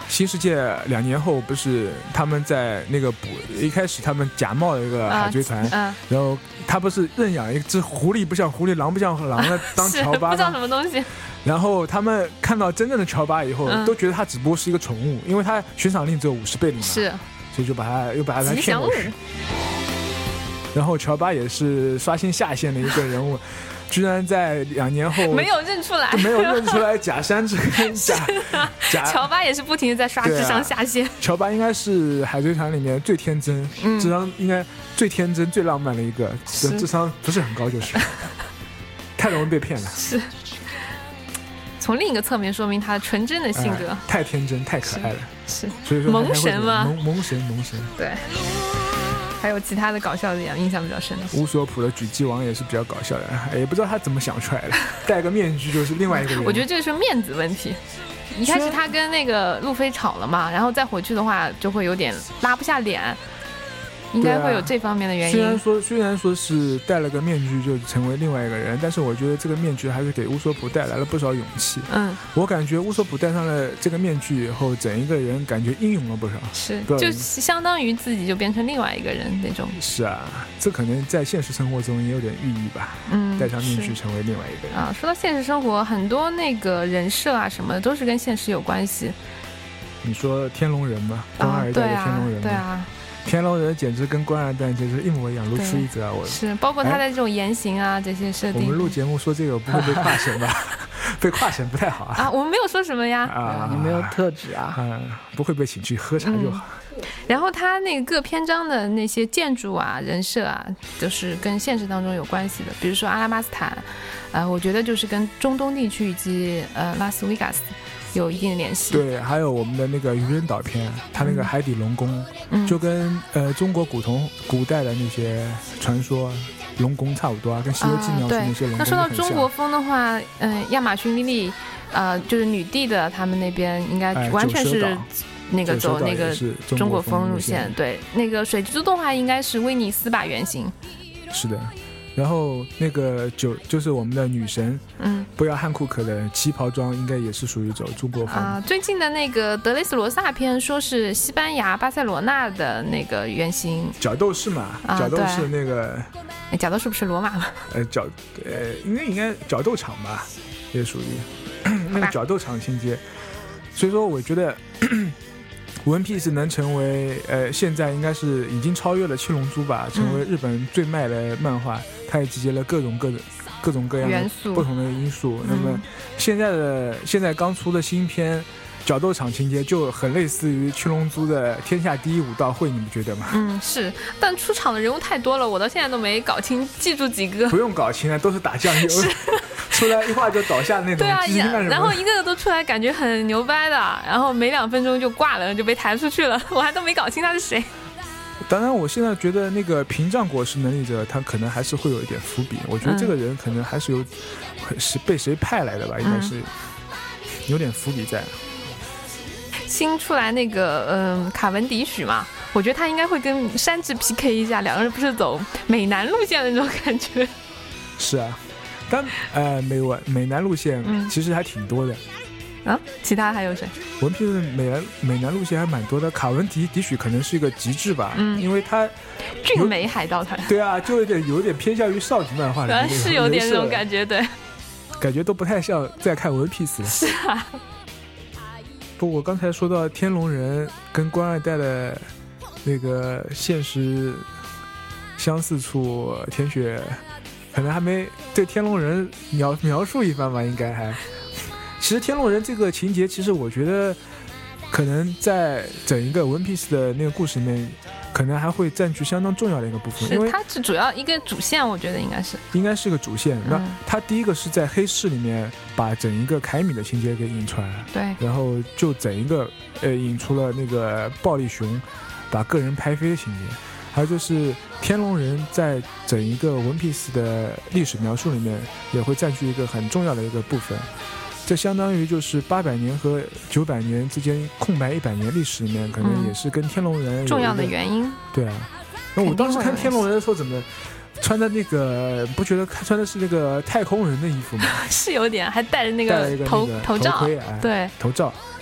新世界2年后不是他们在那个一开始他们假冒了一个海贼团，然后他不是认养一只狐狸不像狐狸，狼不像狼的当乔巴， 不知道什么东西。 然后他们看到真正的乔巴以后，都觉得他只不过是一个宠物，因为他悬赏令只有50倍里嘛， 是， 所以就把他骗过去。然后乔巴也是刷新下限的一个人物。居然在2年后没有认出来， 假山这跟假乔巴也是不停的在刷智商下限。 乔巴应该是海贼团里面最天真，智商应该最天真、最浪漫的一个，智商不是很高，就是太容易被骗了。 是，从另一个侧面说明他纯真的性格， 太天真、太可爱了。 是， 所以说萌神嘛， 萌神。 对。还有其他的搞笑的印象比较深的， 乌索普的狙击王也是比较搞笑的，也不知道他怎么想出来的，戴个面具就是另外一个人。 我觉得这个是面子问题。一开始他跟那个路飞吵了嘛，然后再回去的话就会有点拉不下脸，应该会有这方面的原因。 虽然说是戴了个面具就成为另外一个人，但是我觉得这个面具还是给乌索普带来了不少勇气。我感觉乌索普戴上了这个面具以后，整一个人感觉英勇了不少。 是，就相当于自己就变成另外一个人那种。 是啊，这可能在现实生活中也有点寓意吧。戴上面具成为另外一个人。 说到现实生活，很多那个人设啊什么的都是跟现实有关系。 你说天龙人吗？官二代的天龙人吗？ 对啊。 天龙人简直跟官二代简直一模一样，如出一辙。 是，包括他的这种言行啊，这些设定。 我们录节目说这个不会被跨审吧？被跨审不太好啊。 我们没有说什么呀。 你没有特指啊。 不会被请去喝茶就好。 然后他那个各篇章的那些建筑啊、人设啊，就是跟现实当中有关系的。比如说阿拉巴斯坦，我觉得就是跟中东地区以及拉斯维加斯有一定的联系。 对，还有我们的那个渔人岛篇，它那个海底龙宫，就跟中国古代的那些传说龙宫差不多啊，跟《西游记》描述那些龙宫很像。 那说到中国风的话，亚马逊莉莉，就是女帝的他们那边应该完全是那个走那个中国风路线。对，那个水之都动画应该是威尼斯吧原型。 是的。然后那个就是我们的女神，布亚汉库克的旗袍装应该也是属于走中国风最近的那个德雷斯罗萨篇说是西班牙巴塞罗那的那个原型， 角斗士嘛，角斗士那个， 角斗士不是罗马吗？ 应该角斗场吧，也属于那个角斗场情节。所以说，我觉得。One Piece 能成为现在应该是已经超越了七龙珠吧，成为日本最卖的漫画。它也集结了各种各样的不同的因素。那么现在刚出的新片角斗场情节就很类似于七龙珠的天下第一武道会，你们觉得吗？ 是，但出场的人物太多了，我到现在都没搞清，记住几个。 不用搞清了，都是打酱油。出来一会儿就倒下那种。对啊，然后一个个都出来，感觉很牛掰的，然后没2分钟就挂了，就被抬出去了，我还都没搞清他是谁。 当然，我现在觉得那个屏障果实能力者，他可能还是会有一点伏笔。我觉得这个人可能还是是被谁派来的吧，应该是有点伏笔在。 新出来那个卡文迪许嘛，我觉得他应该会跟山治 PK 一下，2个人不是走美男路线的那种感觉。 是啊。但美男路线其实还挺多的其他还有谁？ 文皮的美男路线还蛮多的。卡文迪许可能是一个极致吧，因为他俊美海盗团。 对啊，就有点偏向于少女漫画的， 是有点那种感觉，对， 感觉都不太像在看文皮斯了。 是啊。 不过刚才说到天龙人跟官二代的那个现实相似处，天雪可能还没对天龙人描述一番吧，应该还。其实天龙人这个情节，其实我觉得可能在整一个 One Piece 的那个故事里面，可能还会占据相当重要的一个部分，因为它是主要一个主线，我觉得应该是个主线。那它第一个是在黑市里面把整一个凯米的情节给引出来了， 对， 然后就整一个引出了那个暴力熊把个人拍飞的情节。还有就是天龙人在整一个 One Piece 的历史描述里面也会占据一个很重要的一个部分，这相当于就是800年和900年之间空白100年历史里面，可能也是跟天龙人有重要的原因。 对啊，那我当时看天龙人的时候，怎么穿的那个不觉得穿的是那个太空人的衣服吗？ 是有点，还戴着那个头罩， 盔，对，头罩。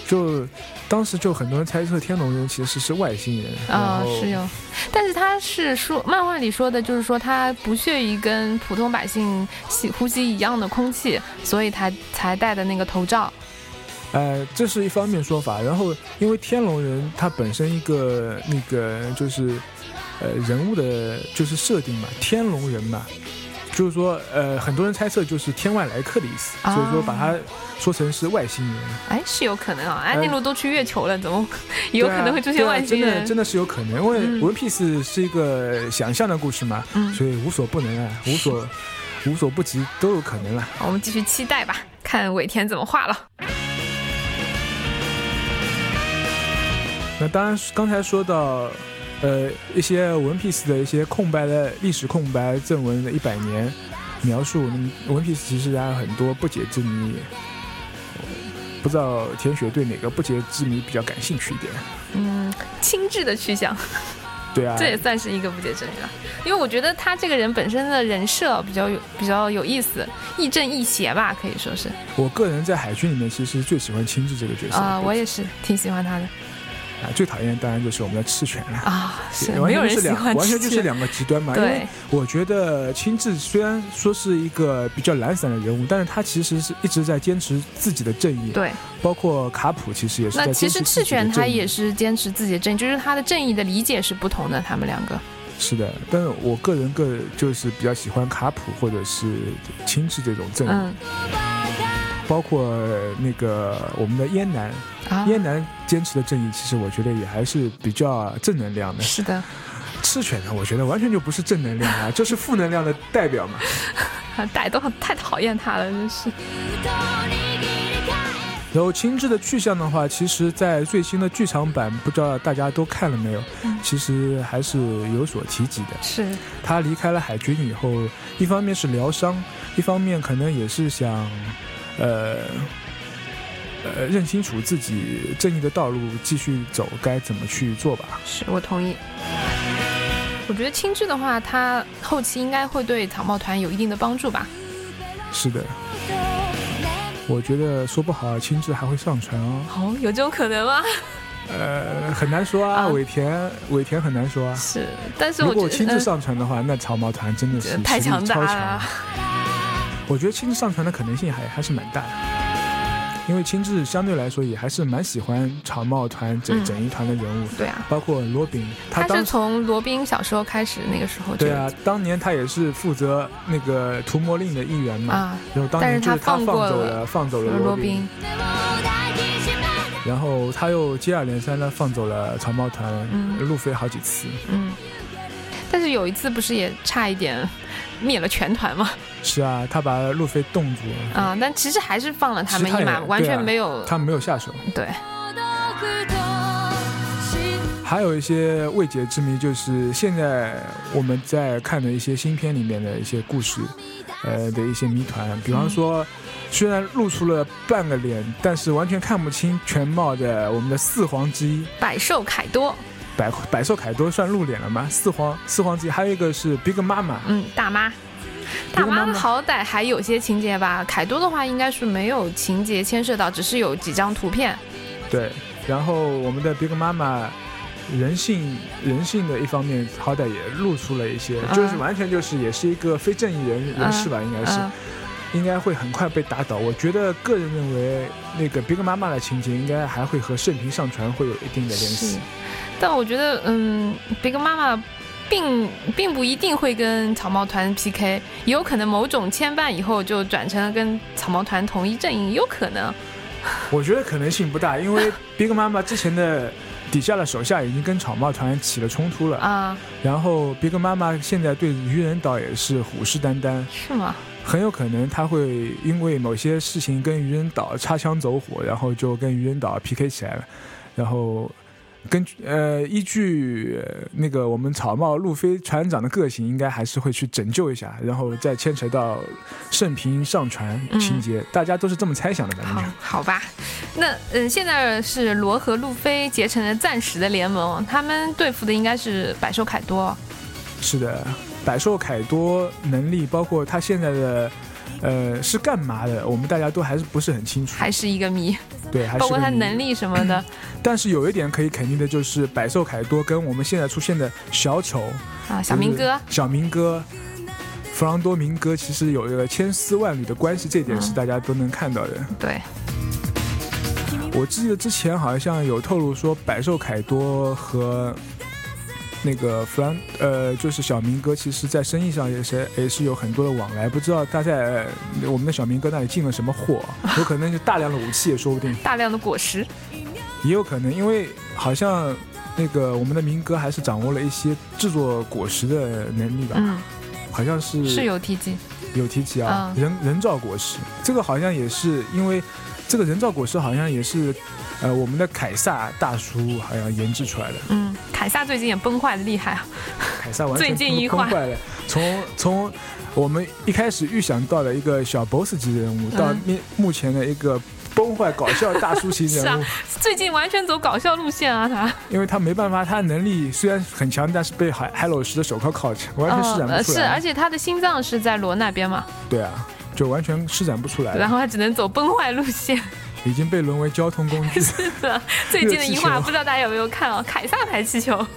就当时就很多人猜测天龙人其实是外星人是有，但是他是说漫画里说的就是说他不屑于跟普通百姓呼吸一样的空气，所以他才戴的那个头罩。 这是一方面说法，然后因为天龙人他本身一个那个就是人物的就是设定嘛，天龙人嘛，就是说很多人猜测就是天外来客的意思，所以说把它说成是外星人。 是有可能啊，安内鲁都去月球了，怎么有可能会出现外星人？ 真的是有可能，因为 One Piece 是一个想象的故事嘛，所以无所不能啊，无所不及都有可能了。 我们继续期待吧，看尾田怎么画了。 那当然，刚才说到，一些One Piece的一些空白的历史空白正文的100年描述，One Piece其实还有很多不解之谜。不知道田雪对哪个不解之谜比较感兴趣一点？ 亲智的去向。 对啊， 这也算是一个不解之谜了，因为我觉得他这个人本身的人设比较有意思，亦正亦邪吧，可以说是。 我个人在海军里面其实最喜欢亲智这个角色我也是挺喜欢他的。 最讨厌当然就是我们的赤犬了是没有人喜欢赤犬， 完全就是两个极端嘛。 对， 因为我觉得亲智虽然说是一个比较懒散的人物，但是他其实是一直在坚持自己的正义。 对， 包括卡普其实也是在坚持自己的正义。 那其实赤犬他也是坚持自己的正义，就是他的正义的理解是不同的，他们两个。 是的，但是我个人就是比较喜欢卡普或者是亲智这种正义。包括那个我们的燕南，燕南坚持的正义，其实我觉得也还是比较正能量的。 是的， 赤犬呢，我觉得完全就不是正能量啊，就是负能量的代表嘛。 都太讨厌他了，真是。 然后亲智的去向的话，其实在最新的剧场版，不知道大家都看了没有？其实还是有所提及的。 是他离开了海军以后，一方面是疗伤，一方面可能也是想认清楚自己正义的道路，继续走该怎么去做吧。 是我同意。我觉得亲智的话，他后期应该会对草帽团有一定的帮助吧。是的，我觉得说不好亲智还会上船哦。 有这种可能吗？ 很难说啊，尾田很难说啊。 是，但是我觉得如果亲智上船的话，那草帽团真的是太强大了。 我觉得亲智上传的可能性还是蛮大的，因为亲智相对来说也还是蛮喜欢草帽团整一团的人物。 对啊， 包括罗宾， 他是从罗宾小时候开始，那个时候就。 对啊，当年他也是负责那个屠魔令的一员嘛。然后当年就是他放走了罗宾，然后他又接二连三的放走了草帽团路飞好几次。 但是有一次不是也差一点灭了全团吗？ 是啊，他把路飞冻住了但其实还是放了他们一马，完全没有， 他们没有下手。 对。 还有一些未解之谜，就是现在我们在看的一些新片里面的一些故事，的一些谜团，比方说，虽然露出了半个脸，但是完全看不清全貌的我们的四皇之一百兽凯多。 百兽凯多算露脸了吗？四皇之一，还有一个是 Big 妈妈， 大妈好歹还有些情节吧，凯多的话应该是没有情节牵涉到，只是有几张图片。 对，然后我们的 Big 妈妈人性的一方面好歹也露出了一些，就是完全就是也是一个非正义人士吧，应该是。应该会很快被打倒。我觉得个人认为那个 Big 妈妈的情节应该还会和圣瓶上传会有一定的联系。 但我觉得Big 妈妈并不一定会跟草帽团 PK， 也有可能某种牵绊以后就转成跟草帽团同一阵营，有可能。 我觉得可能性不大，因为 Big 妈妈之前的底下的手下已经跟草帽团起了冲突了然后 Big 妈妈现在对愚人岛也是虎视眈眈。是吗？很有可能他会因为某些事情跟愚人岛擦枪走火，然后就跟愚人岛 PK 起来了，然后依据那个我们草帽路飞船长的个性，应该还是会去拯救一下，然后再牵扯到圣瓶上传情节，大家都是这么猜想的。 好吧，那现在是罗和路飞结成了暂时的联盟，他们对付的应该是百兽凯多。 是的，百兽凯多能力包括他现在的是干嘛的，我们大家都还是不是很清楚， 还是一个谜。 对，还是包括他个谜能力什么的但是有一点可以肯定的就是百兽凯多跟我们现在出现的小丑啊，小明哥， 小明哥弗朗多明哥其实有一个千丝万缕的关系，这点是大家都能看到的。 对， 我记得之前好像有透露说百兽凯多和那个就是小明哥，其实在生意上也是有很多的往来，不知道他在我们的小明哥那里进了什么货，有可能是大量的武器也说不定， 大量的果实也有可能，因为好像那个我们的明哥还是掌握了一些制作果实的能力吧，好像是有提及啊，人造果实，这个好像也是因为这个人造果实好像也是我们的凯撒大叔好像研制出来的。 凯撒最近也崩坏的厉害啊！ 凯撒完全最近一崩坏了，从我们一开始预想到的一个小 boss 级人物，到目前的一个崩坏搞笑大叔型人物。 是啊，最近完全走搞笑路线啊他。 因为他没办法，他能力虽然很强，但是被海老师的手铐铐着，完全施展不出来。 是，而且他的心脏是在罗那边嘛。 对啊，就完全施展不出来。 然后他只能走崩坏路线。 已经被沦为交通工具。 是的，最近的一话不知道大家有没有看啊？凯撒牌气球。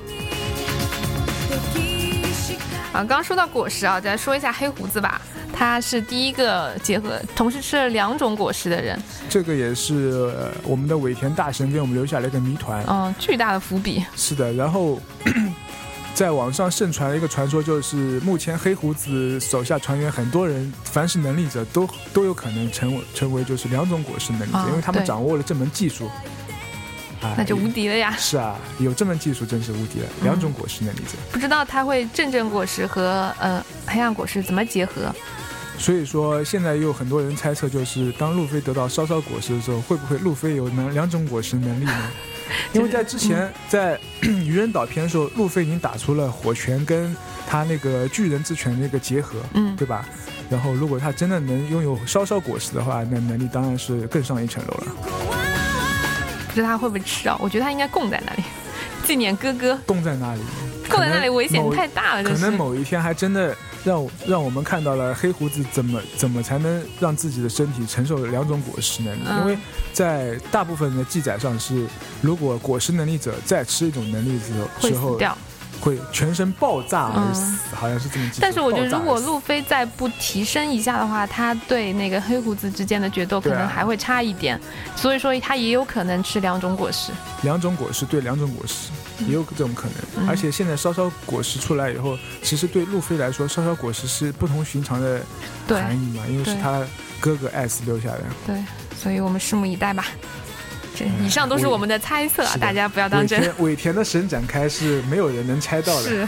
刚刚说到果实啊，再说一下黑胡子吧。他是第一个结合同时吃了2种果实的人。 这个也是我们的尾田大神给我们留下了一个谜团。 巨大的伏笔。是的，然后在网上盛传一个传说，就是目前黑胡子手下船员很多人，凡是能力者都有可能成为就是2种果实能力者，因为他们掌握了这门技术。 那就无敌了呀！ 是啊，有这门技术真是无敌了，2种果实能力者。 不知道他会正果实和黑暗果实怎么结合？ 所以说现在也有很多人猜测，就是当路飞得到烧果实的时候，会不会路飞有2种果实能力呢？因为在之前在愚人岛篇的时候，路飞已经打出了火拳跟他那个巨人之拳的一个结合，对吧？然后如果他真的能拥有烧果实的话，那能力当然是更上一层楼了。 不知道他会不会吃啊？我觉得他应该供在那里，纪念哥哥。 供在那里？ 供在那里危险太大了， 可能某一天还真的让我们看到了黑胡子怎么才能让自己的身体承受2种果实能力，因为在大部分的记载上是，如果果实能力者再吃一种能力之后会全身爆炸而死，好像是这么记。 但是我觉得如果路飞再不提升一下的话，他对那个黑胡子之间的决斗可能还会差一点，所以说他也有可能吃2种果实。2种果实对2种果实也有这种可能，而且现在烧果实出来以后，其实对路飞来说，烧果实是不同寻常的含义嘛，因为是他哥哥艾斯留下的。对，所以我们拭目以待吧。以上都是我们的猜测，大家不要当真。 尾田的神展开是没有人能猜到的。是。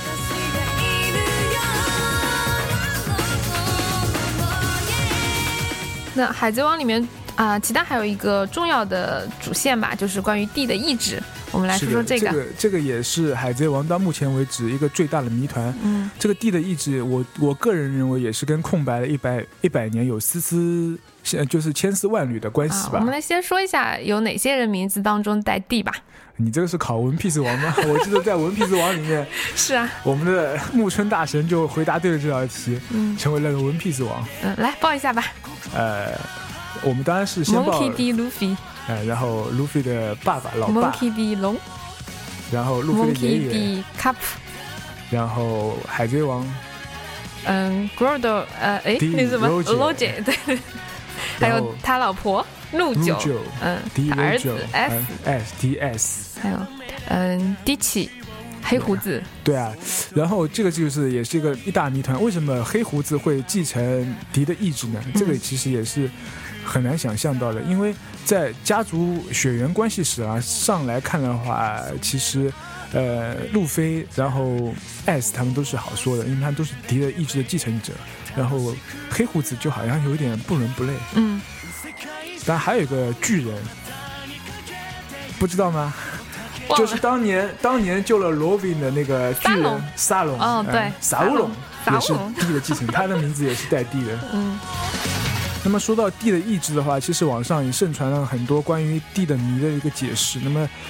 那海贼王里面其他还有一个重要的主线吧，就是关于地的意志。我们来说说这个。 这个也是海贼王到目前为止一个最大的谜团。这个地的意志，我个人认为也是跟空白了100年有就是千丝万缕的关系吧。 我们来先说一下有哪些人名字当中带地吧。 你这个是考文 piece 王吗？我记得在文 piece 王里面是啊， 我们的木村大神就回答对了这道题，成为了文 piece 王。 来报一下吧。 我们当然是先报 Monkey D. Luffy， 然后 Luffy 的爸爸老爸 Monkey D. 龙， 然后 Luffy 的爷爷 Monkey D. Cup， 然后海贼王 Grodo 那什么 Roger 对，还有他老婆陆九他儿子 SDS， 还有迪奇黑胡子。 对啊，然后这个就是也是一大谜团，为什么黑胡子会继承迪的意志呢？这个其实也是很难想象到的，因为在家族血缘关系史上来看的话，其实路飞然后 S 他们都是好说的，因为他们都是迪的意志的继承者，然后黑胡子就好像有点不伦不类。但还有一个巨人，不知道吗？就是当年救了罗宾的那个巨人沙龙， 对， 沙乌龙也是地的继承，他的名字也是带地的。那么说到地的意志的话，其实网上也盛传了很多关于地的谜的一个解释。那么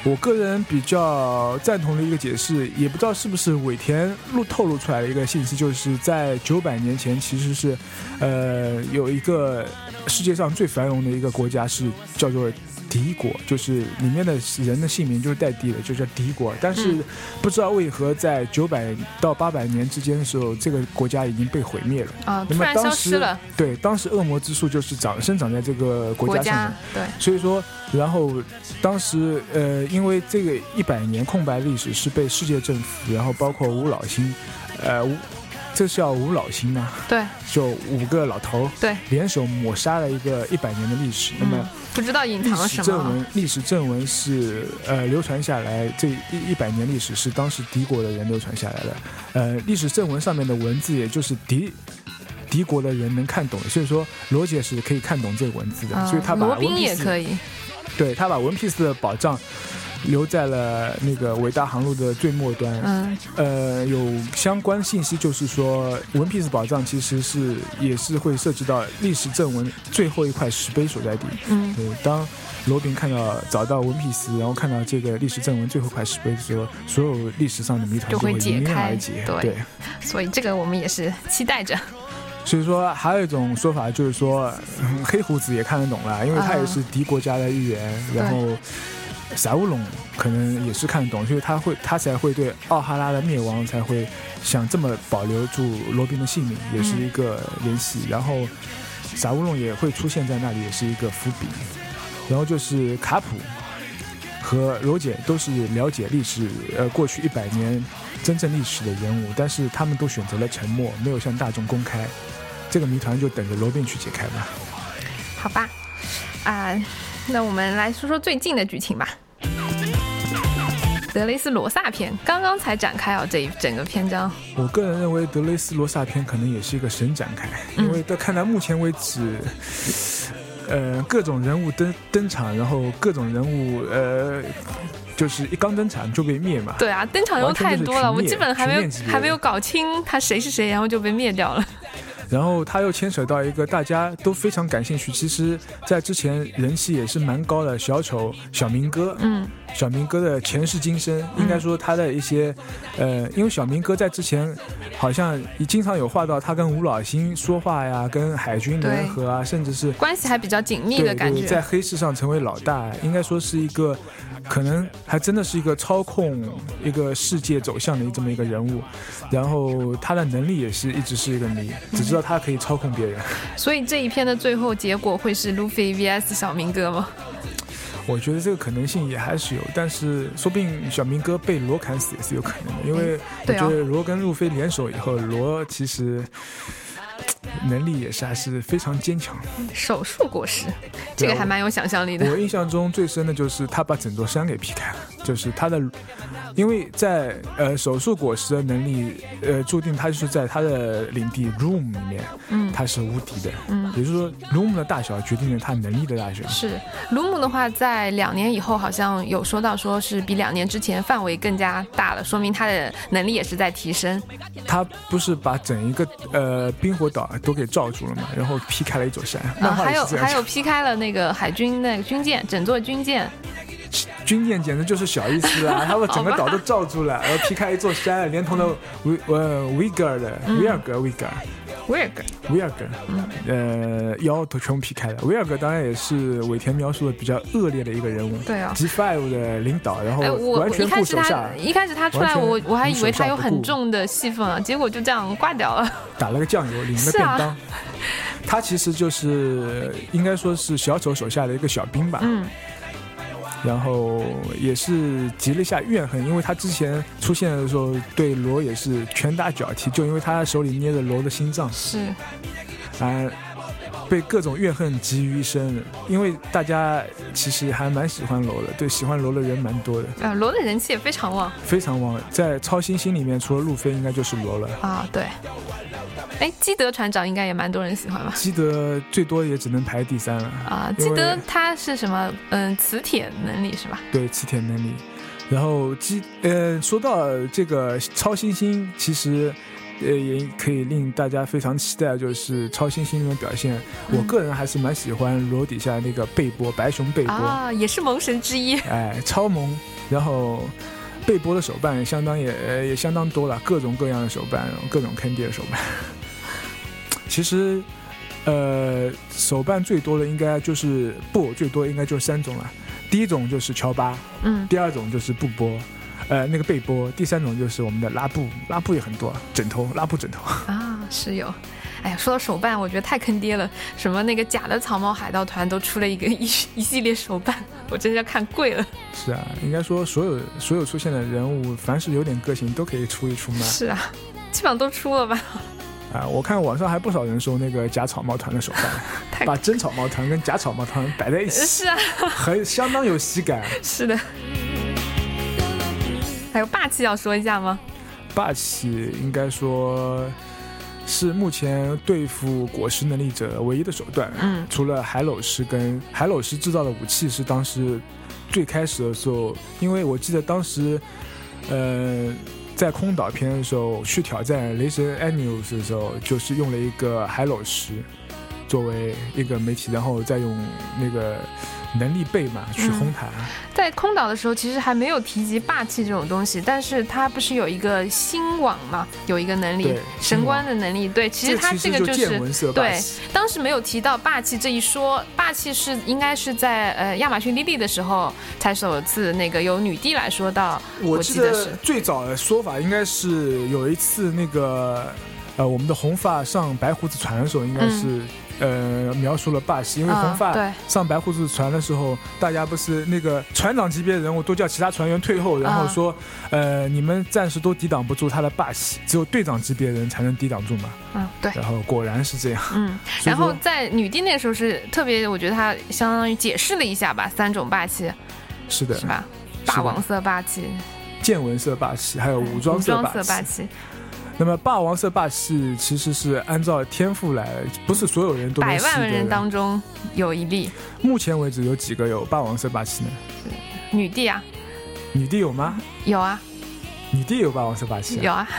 我个人比较赞同的一个解释，也不知道是不是尾田透露出来的一个信息，就是在900年前其实是有一个世界上最繁荣的一个国家是叫做敌国，就是里面的人的姓名就是带帝的，就叫敌国。但是不知道为何在900到800年之间的时候，这个国家已经被毁灭了啊， 那么突然消失了。 对，当时恶魔之树就是生长在这个国家上面。 对， 所以说，然后当时因为这个100年空白历史是被世界政府，然后包括吴老星，这是叫吴老星吗？ 对， 就5个老头对联手抹杀了一个100年的历史。那么不知道隐藏了什么。 历史正文是流传下来，这100年历史是当时敌国的人流传下来的。历史正文上面的文字，也就是敌国的人能看懂的，所以说罗杰是可以看懂这个文字的，所以他把罗宾也可以。 对，他把文皮斯的宝藏留在了那个伟大航路的最末端。有相关信息，就是说文皮斯宝藏其实也是会涉及到历史正文最后一块石碑所在地。对，当罗宾找到文皮斯，然后看到这个历史正文最后一块石碑的时候，所有历史上的谜团就会迎面而解。对， 所以这个我们也是期待着。 所以说还有一种说法就是说，黑胡子也看得懂了，因为他也是敌国家的一员。然后撒乌龙可能也是看得懂，所以他才会对奥哈拉的灭亡才会想这么保留住罗宾的性命，也是一个联系。然后撒乌龙也会出现在那里，也是一个伏笔。然后就是卡普和罗杰都是了解历史过去100年真正历史的人物，但是他们都选择了沉默，没有向大众公开。这个谜团就等着罗宾去解开吧。 好吧，那我们来说说最近的剧情吧。德雷斯罗萨篇刚刚才展开这一整个篇章。 我个人认为德雷斯罗萨篇可能也是一个神展开，因为看到目前为止，各种人物登场，然后各种人物就是一刚登场就被灭嘛。 对啊，登场人物太多了，我基本还没有搞清他谁是谁，然后就被灭掉了。 然后他又牵扯到一个大家都非常感兴趣，其实在之前人气也是蛮高的小丑小明哥。小明哥的前世今生，应该说他的一些因为小明哥在之前好像经常有画到他跟吴老星说话呀，跟海军联合啊，甚至是关系还比较紧密的感觉。 对，在黑市上成为老大，应该说是一个可能还真的是一个操控一个世界走向的这么一个人物。然后他的能力也是一直是一个谜，只知道他可以操控别人。 所以这一篇的最后结果会是路飞 vs 小明哥吗？ 我觉得这个可能性也还是有，但是说不定小明哥被罗砍死也是有可能的，因为我觉得罗跟路飞联手以后，罗其实能力也是还是非常坚强。 手术果实，这个还蛮有想象力的。 我印象中最深的就是他把整座山给劈开了，就是他的，因为在手术果实的能力注定他就是在他的领地 Room 里面，他是无敌的。也就是说 Room 的大小决定了他能力的大小。是 Room 的话，在2年以后好像有说到，说是比2年之前范围更加大了，说明他的能力也是在提升。他不是把整一个冰火岛都给罩住了嘛，然后劈开了一座山。 还有劈开了那个海军那个军舰，整座军舰。 军舰简直就是小意思啊！他把整个岛都罩住了，然后劈开一座山，连同的维尔格，腰都全部劈开了。维尔格当然也是尾田描述的比较恶劣的一个人物， 对啊 ，G5 的领导，然后完全顾手下。 一开始他出来，我还以为他有很重的戏份啊，结果就这样挂掉了， 打了个酱油，领了便当。他其实就是应该说是小丑手下的一个小兵吧。然后也是积了一下怨恨，因为他之前出现的时候对罗也是拳打脚踢，就因为他手里捏着罗的心脏， 是被各种怨恨集于一身。因为大家其实还蛮喜欢罗的，对，喜欢罗的人蛮多的。 罗的人气也非常旺， 非常旺。在超新星里面，除了路飞，应该就是罗了啊。对。基德船长应该也蛮多人喜欢吧？ 基德最多也只能排第3了啊。基德他是什么？磁铁能力是吧？对， 磁铁能力。然后说到这个超新星，其实也可以令大家非常期待，就是超新星里面表现。我个人还是蛮喜欢罗底下那个贝波，白熊贝波啊， 也是萌神之一。 超萌。 然后被剥的手办也相当多了，各种各样的手办，各种坑爹的手办。其实手办最多的应该就是最多应该就是3种了。第一种就是乔巴，第二种就是布波，那个被剥，第三种就是我们的拉布也很多，拉布枕头啊，是有。哎呀，说到手办，我觉得太坑爹了。什么那个假的草帽海盗团都出了一系列手办，我真是要看贵了。 是啊，应该说所有出现的人物，凡是有点个性都可以出一出卖。 是啊，基本上都出了吧。 啊，我看网上还不少人收那个假草帽团的手办，把真草帽团跟假草帽团摆在一起， 是啊， 相当有喜感。 是的。还有霸气要说一下吗？ 霸气应该说是目前对付果实能力者唯一的手段。除了海斗士跟海斗士制造的武器是当时最开始的时候，因为我记得当时在空岛篇的时候去挑战雷神 Anius 的时候，就是用了一个海斗石作为一个媒体，然后再用那个能力倍嘛去轰他。 在空岛的时候其实还没有提及霸气这种东西，但是他不是有一个星网嘛，有一个能力，神官的能力。对，其实他这个就是对，当时没有提到霸气这一说。霸气是应该是在亚马逊莉莉的时候才首次那个由女帝来说到。 我记得最早的说法应该是有一次那个我们的红发上白胡子船的时候，应该是描述了霸气，因为红发上白胡子船的时候，大家不是那个船长级别的人物都叫其他船员退后，然后说你们暂时都抵挡不住他的霸气，只有队长级别的人才能抵挡住嘛。 对。 然后果然是这样。 然后在女帝那个时候是特别，我觉得他相当于解释了一下吧，3种霸气。 是的。 是吧？霸王色霸气、 见闻色霸气，还有武装色霸气。那么霸王色霸气其实是按照天赋来，不是所有人都能 100万人当中有一例。 目前为止有几个有霸王色霸气呢？ 女帝啊。 女帝有吗？ 有啊。 女帝有霸王色霸气有啊。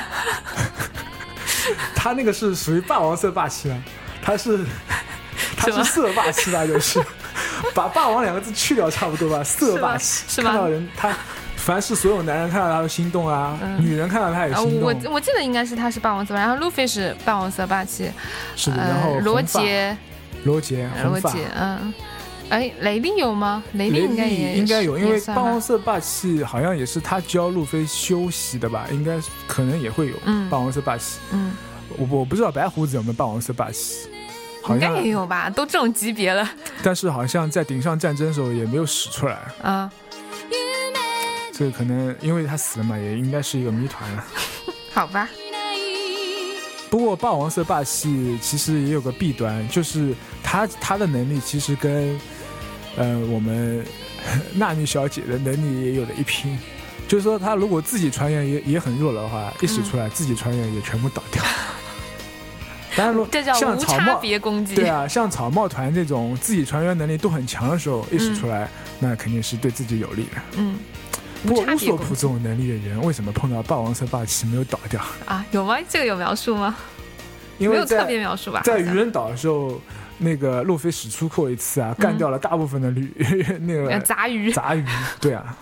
他那个是属于霸王色霸气啊，他是色霸气吧，就是把霸王2个字去掉差不多吧，色霸气。 是吗？ 看到人他凡是所有男人看到他都心动啊，女人看到他也心动。 我记得应该是他是霸王色，然后路飞是霸王色霸气。 是的。然后罗杰， 红发。 雷利有吗？雷利应该有，因为霸王色霸气好像也是他教路飞修习的吧，应该可能也会有霸王色霸气。我不知道白胡子有没有霸王色霸气，好像应该也有吧，都这种级别了。 但是好像在顶上战争的时候也没有使出来啊。这个可能因为他死了嘛，也应该是一个谜团了。 好吧。 不过霸王色霸气其实也有个弊端，就是他的能力其实跟我们娜女小姐的能力也有了一拼，就是说他如果自己船员也很弱的话，一使出来自己船员也全部倒掉。当然这叫无差别攻击。 对啊，像草帽团这种自己船员能力都很强的时候，一使出来，那肯定是对自己有利的。不过乌索普这种能力的人，为什么碰到霸王色霸气没有倒掉啊？有吗？这个有描述吗？ 因为没有特别描述吧。 在渔人岛的时候，那个路飞使出过一次啊，干掉了大部分的那个杂鱼。 对啊。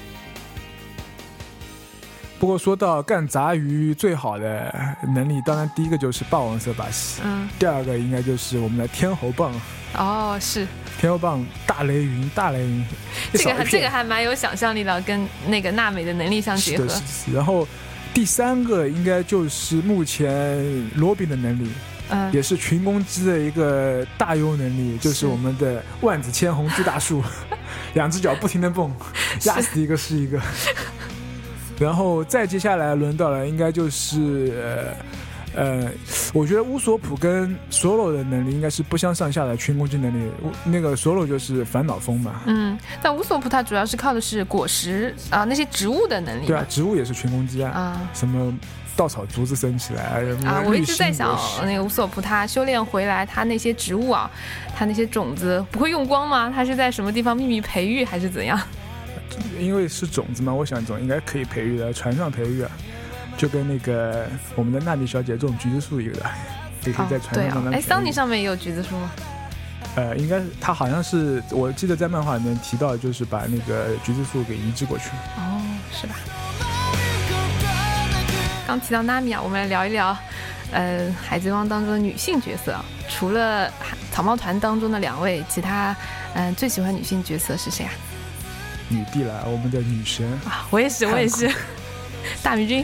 不过说到干杂鱼最好的能力，当然第一个就是霸王色霸气，第二个应该就是我们的天猴棒。 是天猴棒，大雷云， 这个还蛮有想象力的，跟那个娜美的能力相结合。 是。然后第三个应该就是目前罗宾的能力，也是群攻击的一个大优能力，就是我们的万紫千红巨大树，2只脚不停的蹦，压死一个是一个。然后再接下来轮到了应该就是我觉得乌索普跟索罗的能力应该是不相上下的群攻击能力，那个索罗就是烦恼风嘛。 但乌索普他主要是靠的是果实那些植物的能力。 对啊，植物也是群攻击什么稻草竹子生起来我一直在想那个乌索普他修炼回来，他那些植物他那些种子不会用光吗？他是在什么地方秘密培育还是怎样？ 因为是种子嘛，我想总应该可以培育的，船上培育就跟那个我们的娜妮小姐这种橘子树一个的，也可以在船上慢慢培育。 桑尼上面也有橘子树吗？ 应该是他好像是我记得在漫画里面提到，就是把那个橘子树给移植过去了。 哦，是吧？刚提到娜米啊，我们来聊一聊，海贼王当中的女性角色。除了草帽团当中的2位，其他最喜欢女性角色是谁啊？ 女帝啦，我们的女神啊，我也是，大迷君。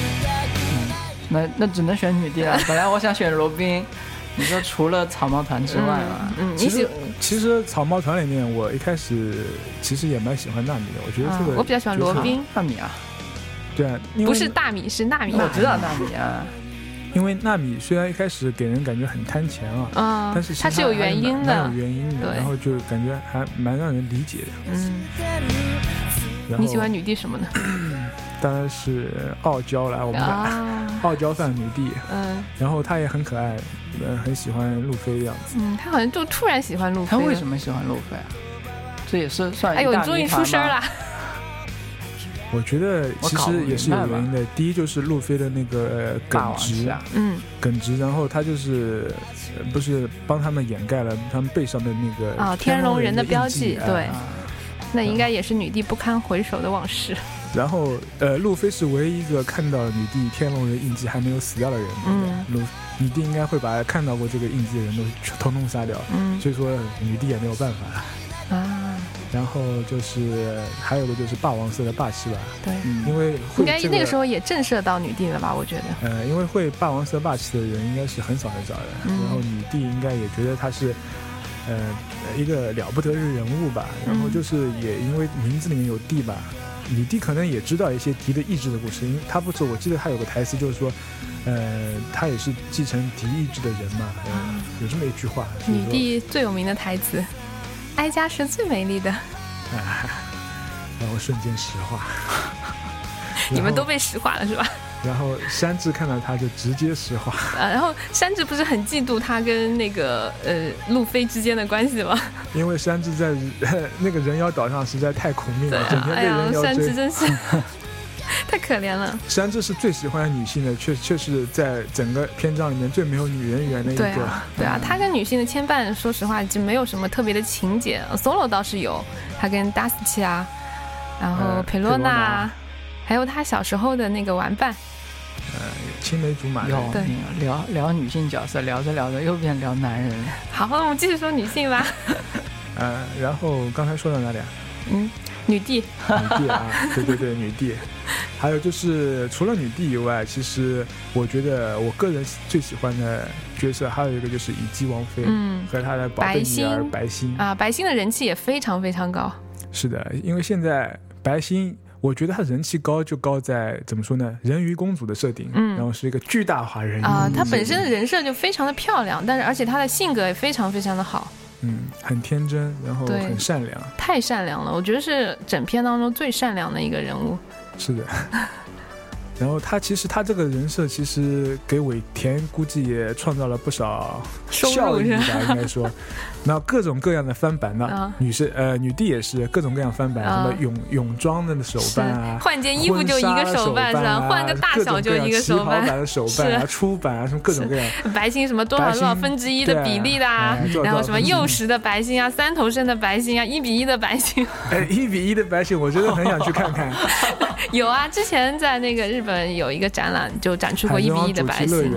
那只能选女帝了。本来我想选罗宾，你说除了草帽团之外嘛？ 其实草帽团里面，我一开始其实也蛮喜欢娜米的，我觉得这个、 我比较喜欢罗宾。 娜米啊？ 对啊， 不是大米，是纳米。 我知道纳米啊。 因为纳米虽然一开始给人感觉很贪钱啊，但是它是有原因的， 有原因的，然后就感觉还蛮让人理解的。 你喜欢女帝什么呢？ 当然是傲娇了，我们的傲娇范女帝。然后她也很可爱，很喜欢路飞的样子。 她好像就突然喜欢路飞。 她为什么喜欢路飞啊？这也是算哎呦，你终于出声了。 我觉得其实也是有原因的。第一就是路飞的那个耿直，耿直，然后他就是不是帮他们掩盖了他们背上的那个天龙人的标记，对，那应该也是女帝不堪回首的往事。 然后路飞是唯一一个看到女帝天龙人印记还没有死掉的人，女帝应该会把看到过这个印记的人都统统杀掉，所以说女帝也没有办法啊。然后就是还有个就是霸王色的霸气吧， 对， 因为应该那个时候也震慑到女帝了吧？我觉得， 因为会霸王色霸气的人应该是很少很少的，然后女帝应该也觉得她是，一个了不得的人物吧，然后就是也因为名字里面有帝吧，女帝可能也知道一些敌的意志的故事，因为她不是，我记得她有个台词就是说，她也是继承敌意志的人嘛，有这么一句话。 女帝最有名的台词。哀家是最美丽的， 然后瞬间石化， 你们都被石化了是吧？ 然后山治看到他就直接石化， 然后山治不是很嫉妒他跟那个路飞之间的关系吗？ 因为山治在那个人妖岛上实在太苦命了，整天被人妖追， 山治真是太可怜了。 山治是最喜欢女性的，却是在整个篇章里面最没有女人缘的一个。 对啊，他跟女性的牵绊，说实话已经没有什么特别的情节。Solo 倒是有，他跟达斯奇啊，然后佩洛娜，还有他小时候的那个玩伴。 青梅竹马。 对，聊女性角色，聊着聊着又变聊男人。 好，我们继续说女性吧。 然后刚才说到哪里啊？ 女帝。 女帝啊，对，女帝。还有就是除了女帝以外，其实我觉得我个人最喜欢的角色还有一个就是乙姬王妃，和她的宝贝女儿白星啊，白星的人气也非常非常高。 是的，因为现在白星，我觉得她人气高就高在怎么说呢？人鱼公主的设定，然后是一个巨大化人鱼她本身的人设就非常的漂亮，但是而且她的性格也非常非常的好。 很天真，然后很善良， 太善良了，我觉得是整篇当中最善良的一个人物。 是的。然后其实他这个人设其实给尾田估计也创造了不少效益吧，应该说。然后各种各样的翻版呢，女帝也是各种各样翻版，什么泳装的手办啊， 换件衣服就一个手办是吧？换个大小就一个手办， 旗袍版的手办啊，出版啊，什么各种各样。 白星什么多少分之一的比例的啊，然后什么幼时的白星啊，3头身的白星啊，1:1的白星。 1:1的白星，我真的很想去看看。 有啊，之前在那个日本有一个展览，就展出过1:1的白星。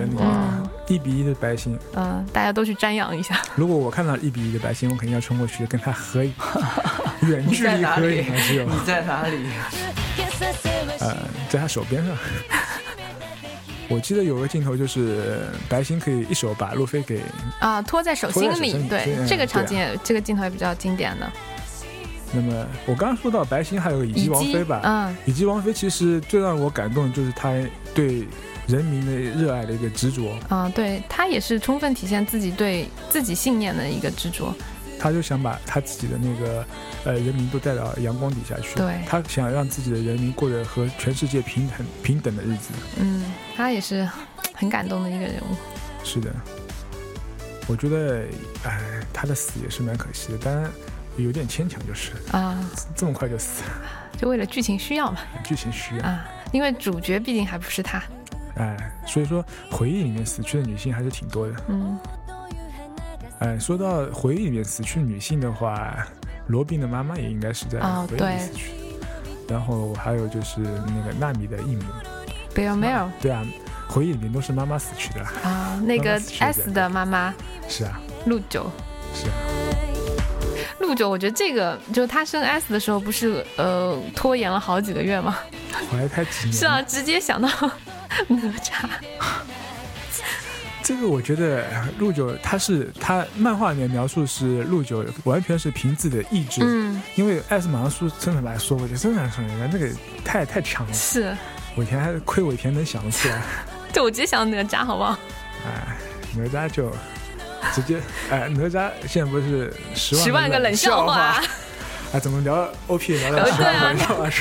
1:1的白星， 大家都去瞻仰一下。 如果我看到1:1的白星，我肯定要冲过去跟他合影，远距离合影还是有。 你在哪里？ 在他手边上。我记得有个镜头就是白星可以一手把路飞给拖在手心里，对，这个场景这个镜头也比较经典的。 那么我刚刚说到白星还有个乙姬王妃吧，乙姬王妃其实最让我感动的就是她对人民的热爱的一个执着对，她也是充分体现自己对自己信念的一个执着。 她就想把她自己的那个人民都带到阳光底下去， 对， 她想让自己的人民过得和全世界平等的日子。 她也是很感动的一个人物。 是的，我觉得她的死也是蛮可惜的，当然有点牵强，就是这么快就死了， 就为了剧情需要嘛。 剧情需要因为主角毕竟还不是他。所以说回忆里面死去的女性还是挺多的。 说到回忆里面死去女性的话，罗宾的妈妈也应该是在回忆里死去的。然后还有就是那个纳米的义母 Bell， 对啊，回忆里面都是妈妈死去的啊。那个 S 的妈妈是啊， 陆九是啊。 陆九，我觉得这个就他生 S 的时候不是拖延了好几个月吗？ 怀胎几年？ 是啊，直接想到哪吒。 这个我觉得陆九他漫画里面描述是陆九完全是凭自己的意志，因为 S 马上说真的来说，我觉得真的很那个太强了。 是， 尾田还是亏尾田能想得出来。 对，我直接想哪吒好不好？ 哪吒就直接哪吒现在不是10万个冷笑话怎么聊 OP 聊到10万个冷笑话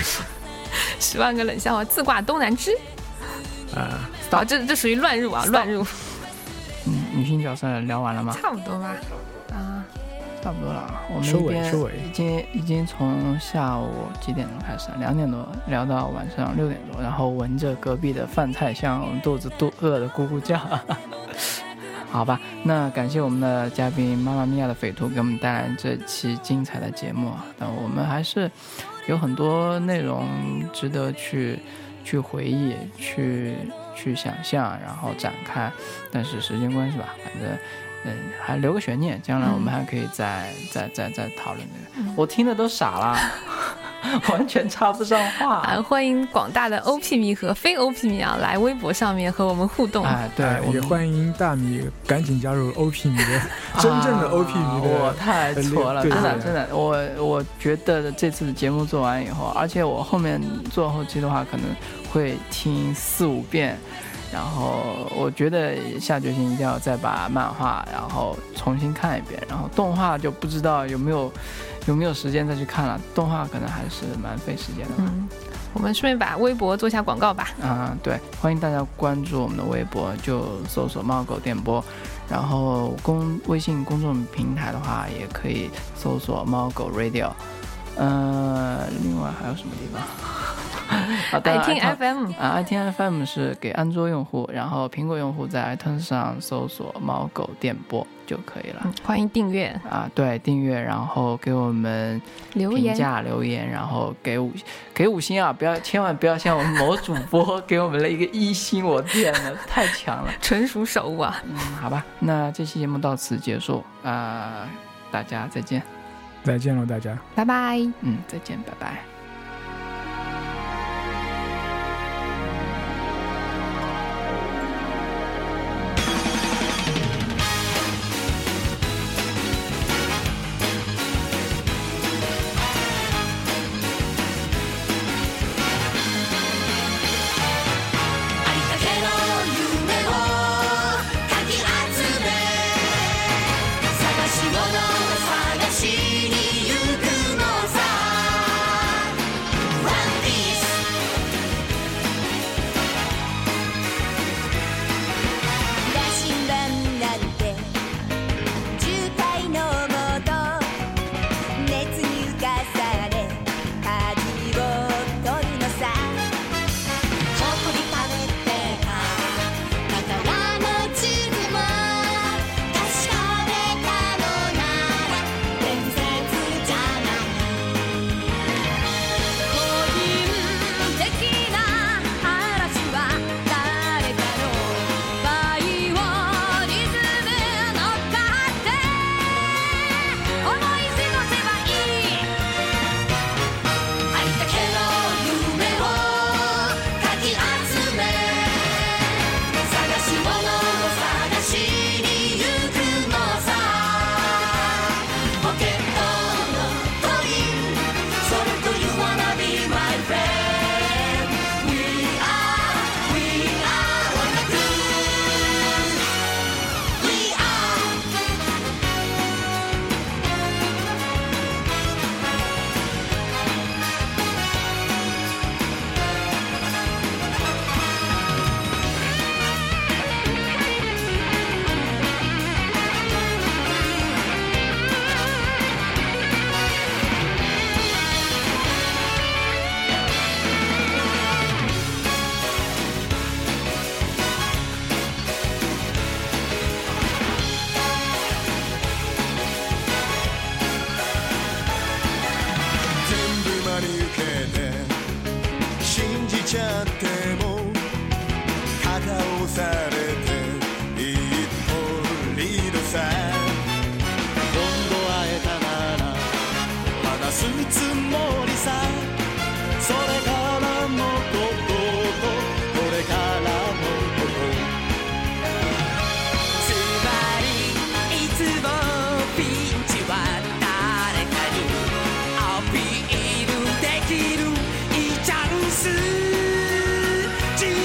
10万个冷笑话自挂东南枝好，这属于乱入啊，乱入。 女性角色聊完了吗？ 差不多吧， 差不多了。我们这边已经从下午几点钟开始，2点多聊到晚上6点多，然后闻着隔壁的饭菜香，我们肚子都饿得咕咕叫。好吧，那感谢我们的嘉宾妈妈咪呀的匪徒给我们带来这期精彩的节目。但我们还是有很多内容值得去回忆，去想象，然后展开，但是时间关系吧，反正还留个悬念，将来我们还可以再讨论这个。我听的都傻了，完全插不上话。 欢迎广大的 OP 迷和非 OP 迷啊，来微博上面和我们互动。 对，也欢迎大米赶紧加入 OP 迷的真正的 OP 迷的。 我太挫了，真的，我觉得这次的节目做完以后，而且我后面做后期的话，可能会听4-5遍。然后我觉得下决心一定要再把漫画然后重新看一遍，然后动画就不知道有没有时间再去看了，动画可能还是蛮费时间的。 我们顺便把微博做下广告吧。 对，欢迎大家关注我们的微博，就搜索猫狗电波，然后微信公众平台的话也可以搜索猫狗 radio。另外还有什么地方？ 爱听 FM 爱听 FM 是给安卓用户，然后苹果用户在 iTunes 上搜索猫狗电波就可以了。 欢迎订阅对，订阅，然后给我们评价留言，然后给5星啊！千万不要像我们某主播给我们了一个1星，我天哪，太强了， 纯属手误啊！ 好吧，那这期节目到此结束大家再见。 再见了，大家， 拜拜。 再见，拜拜。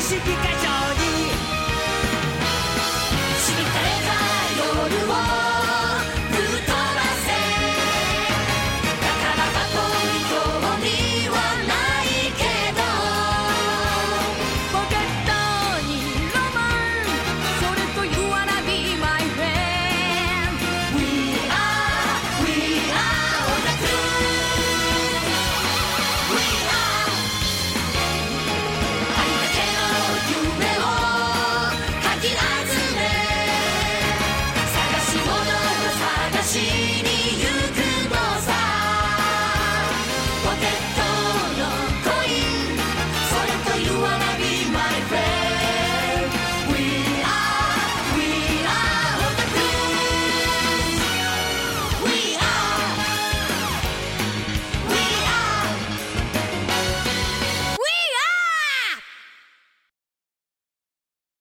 識が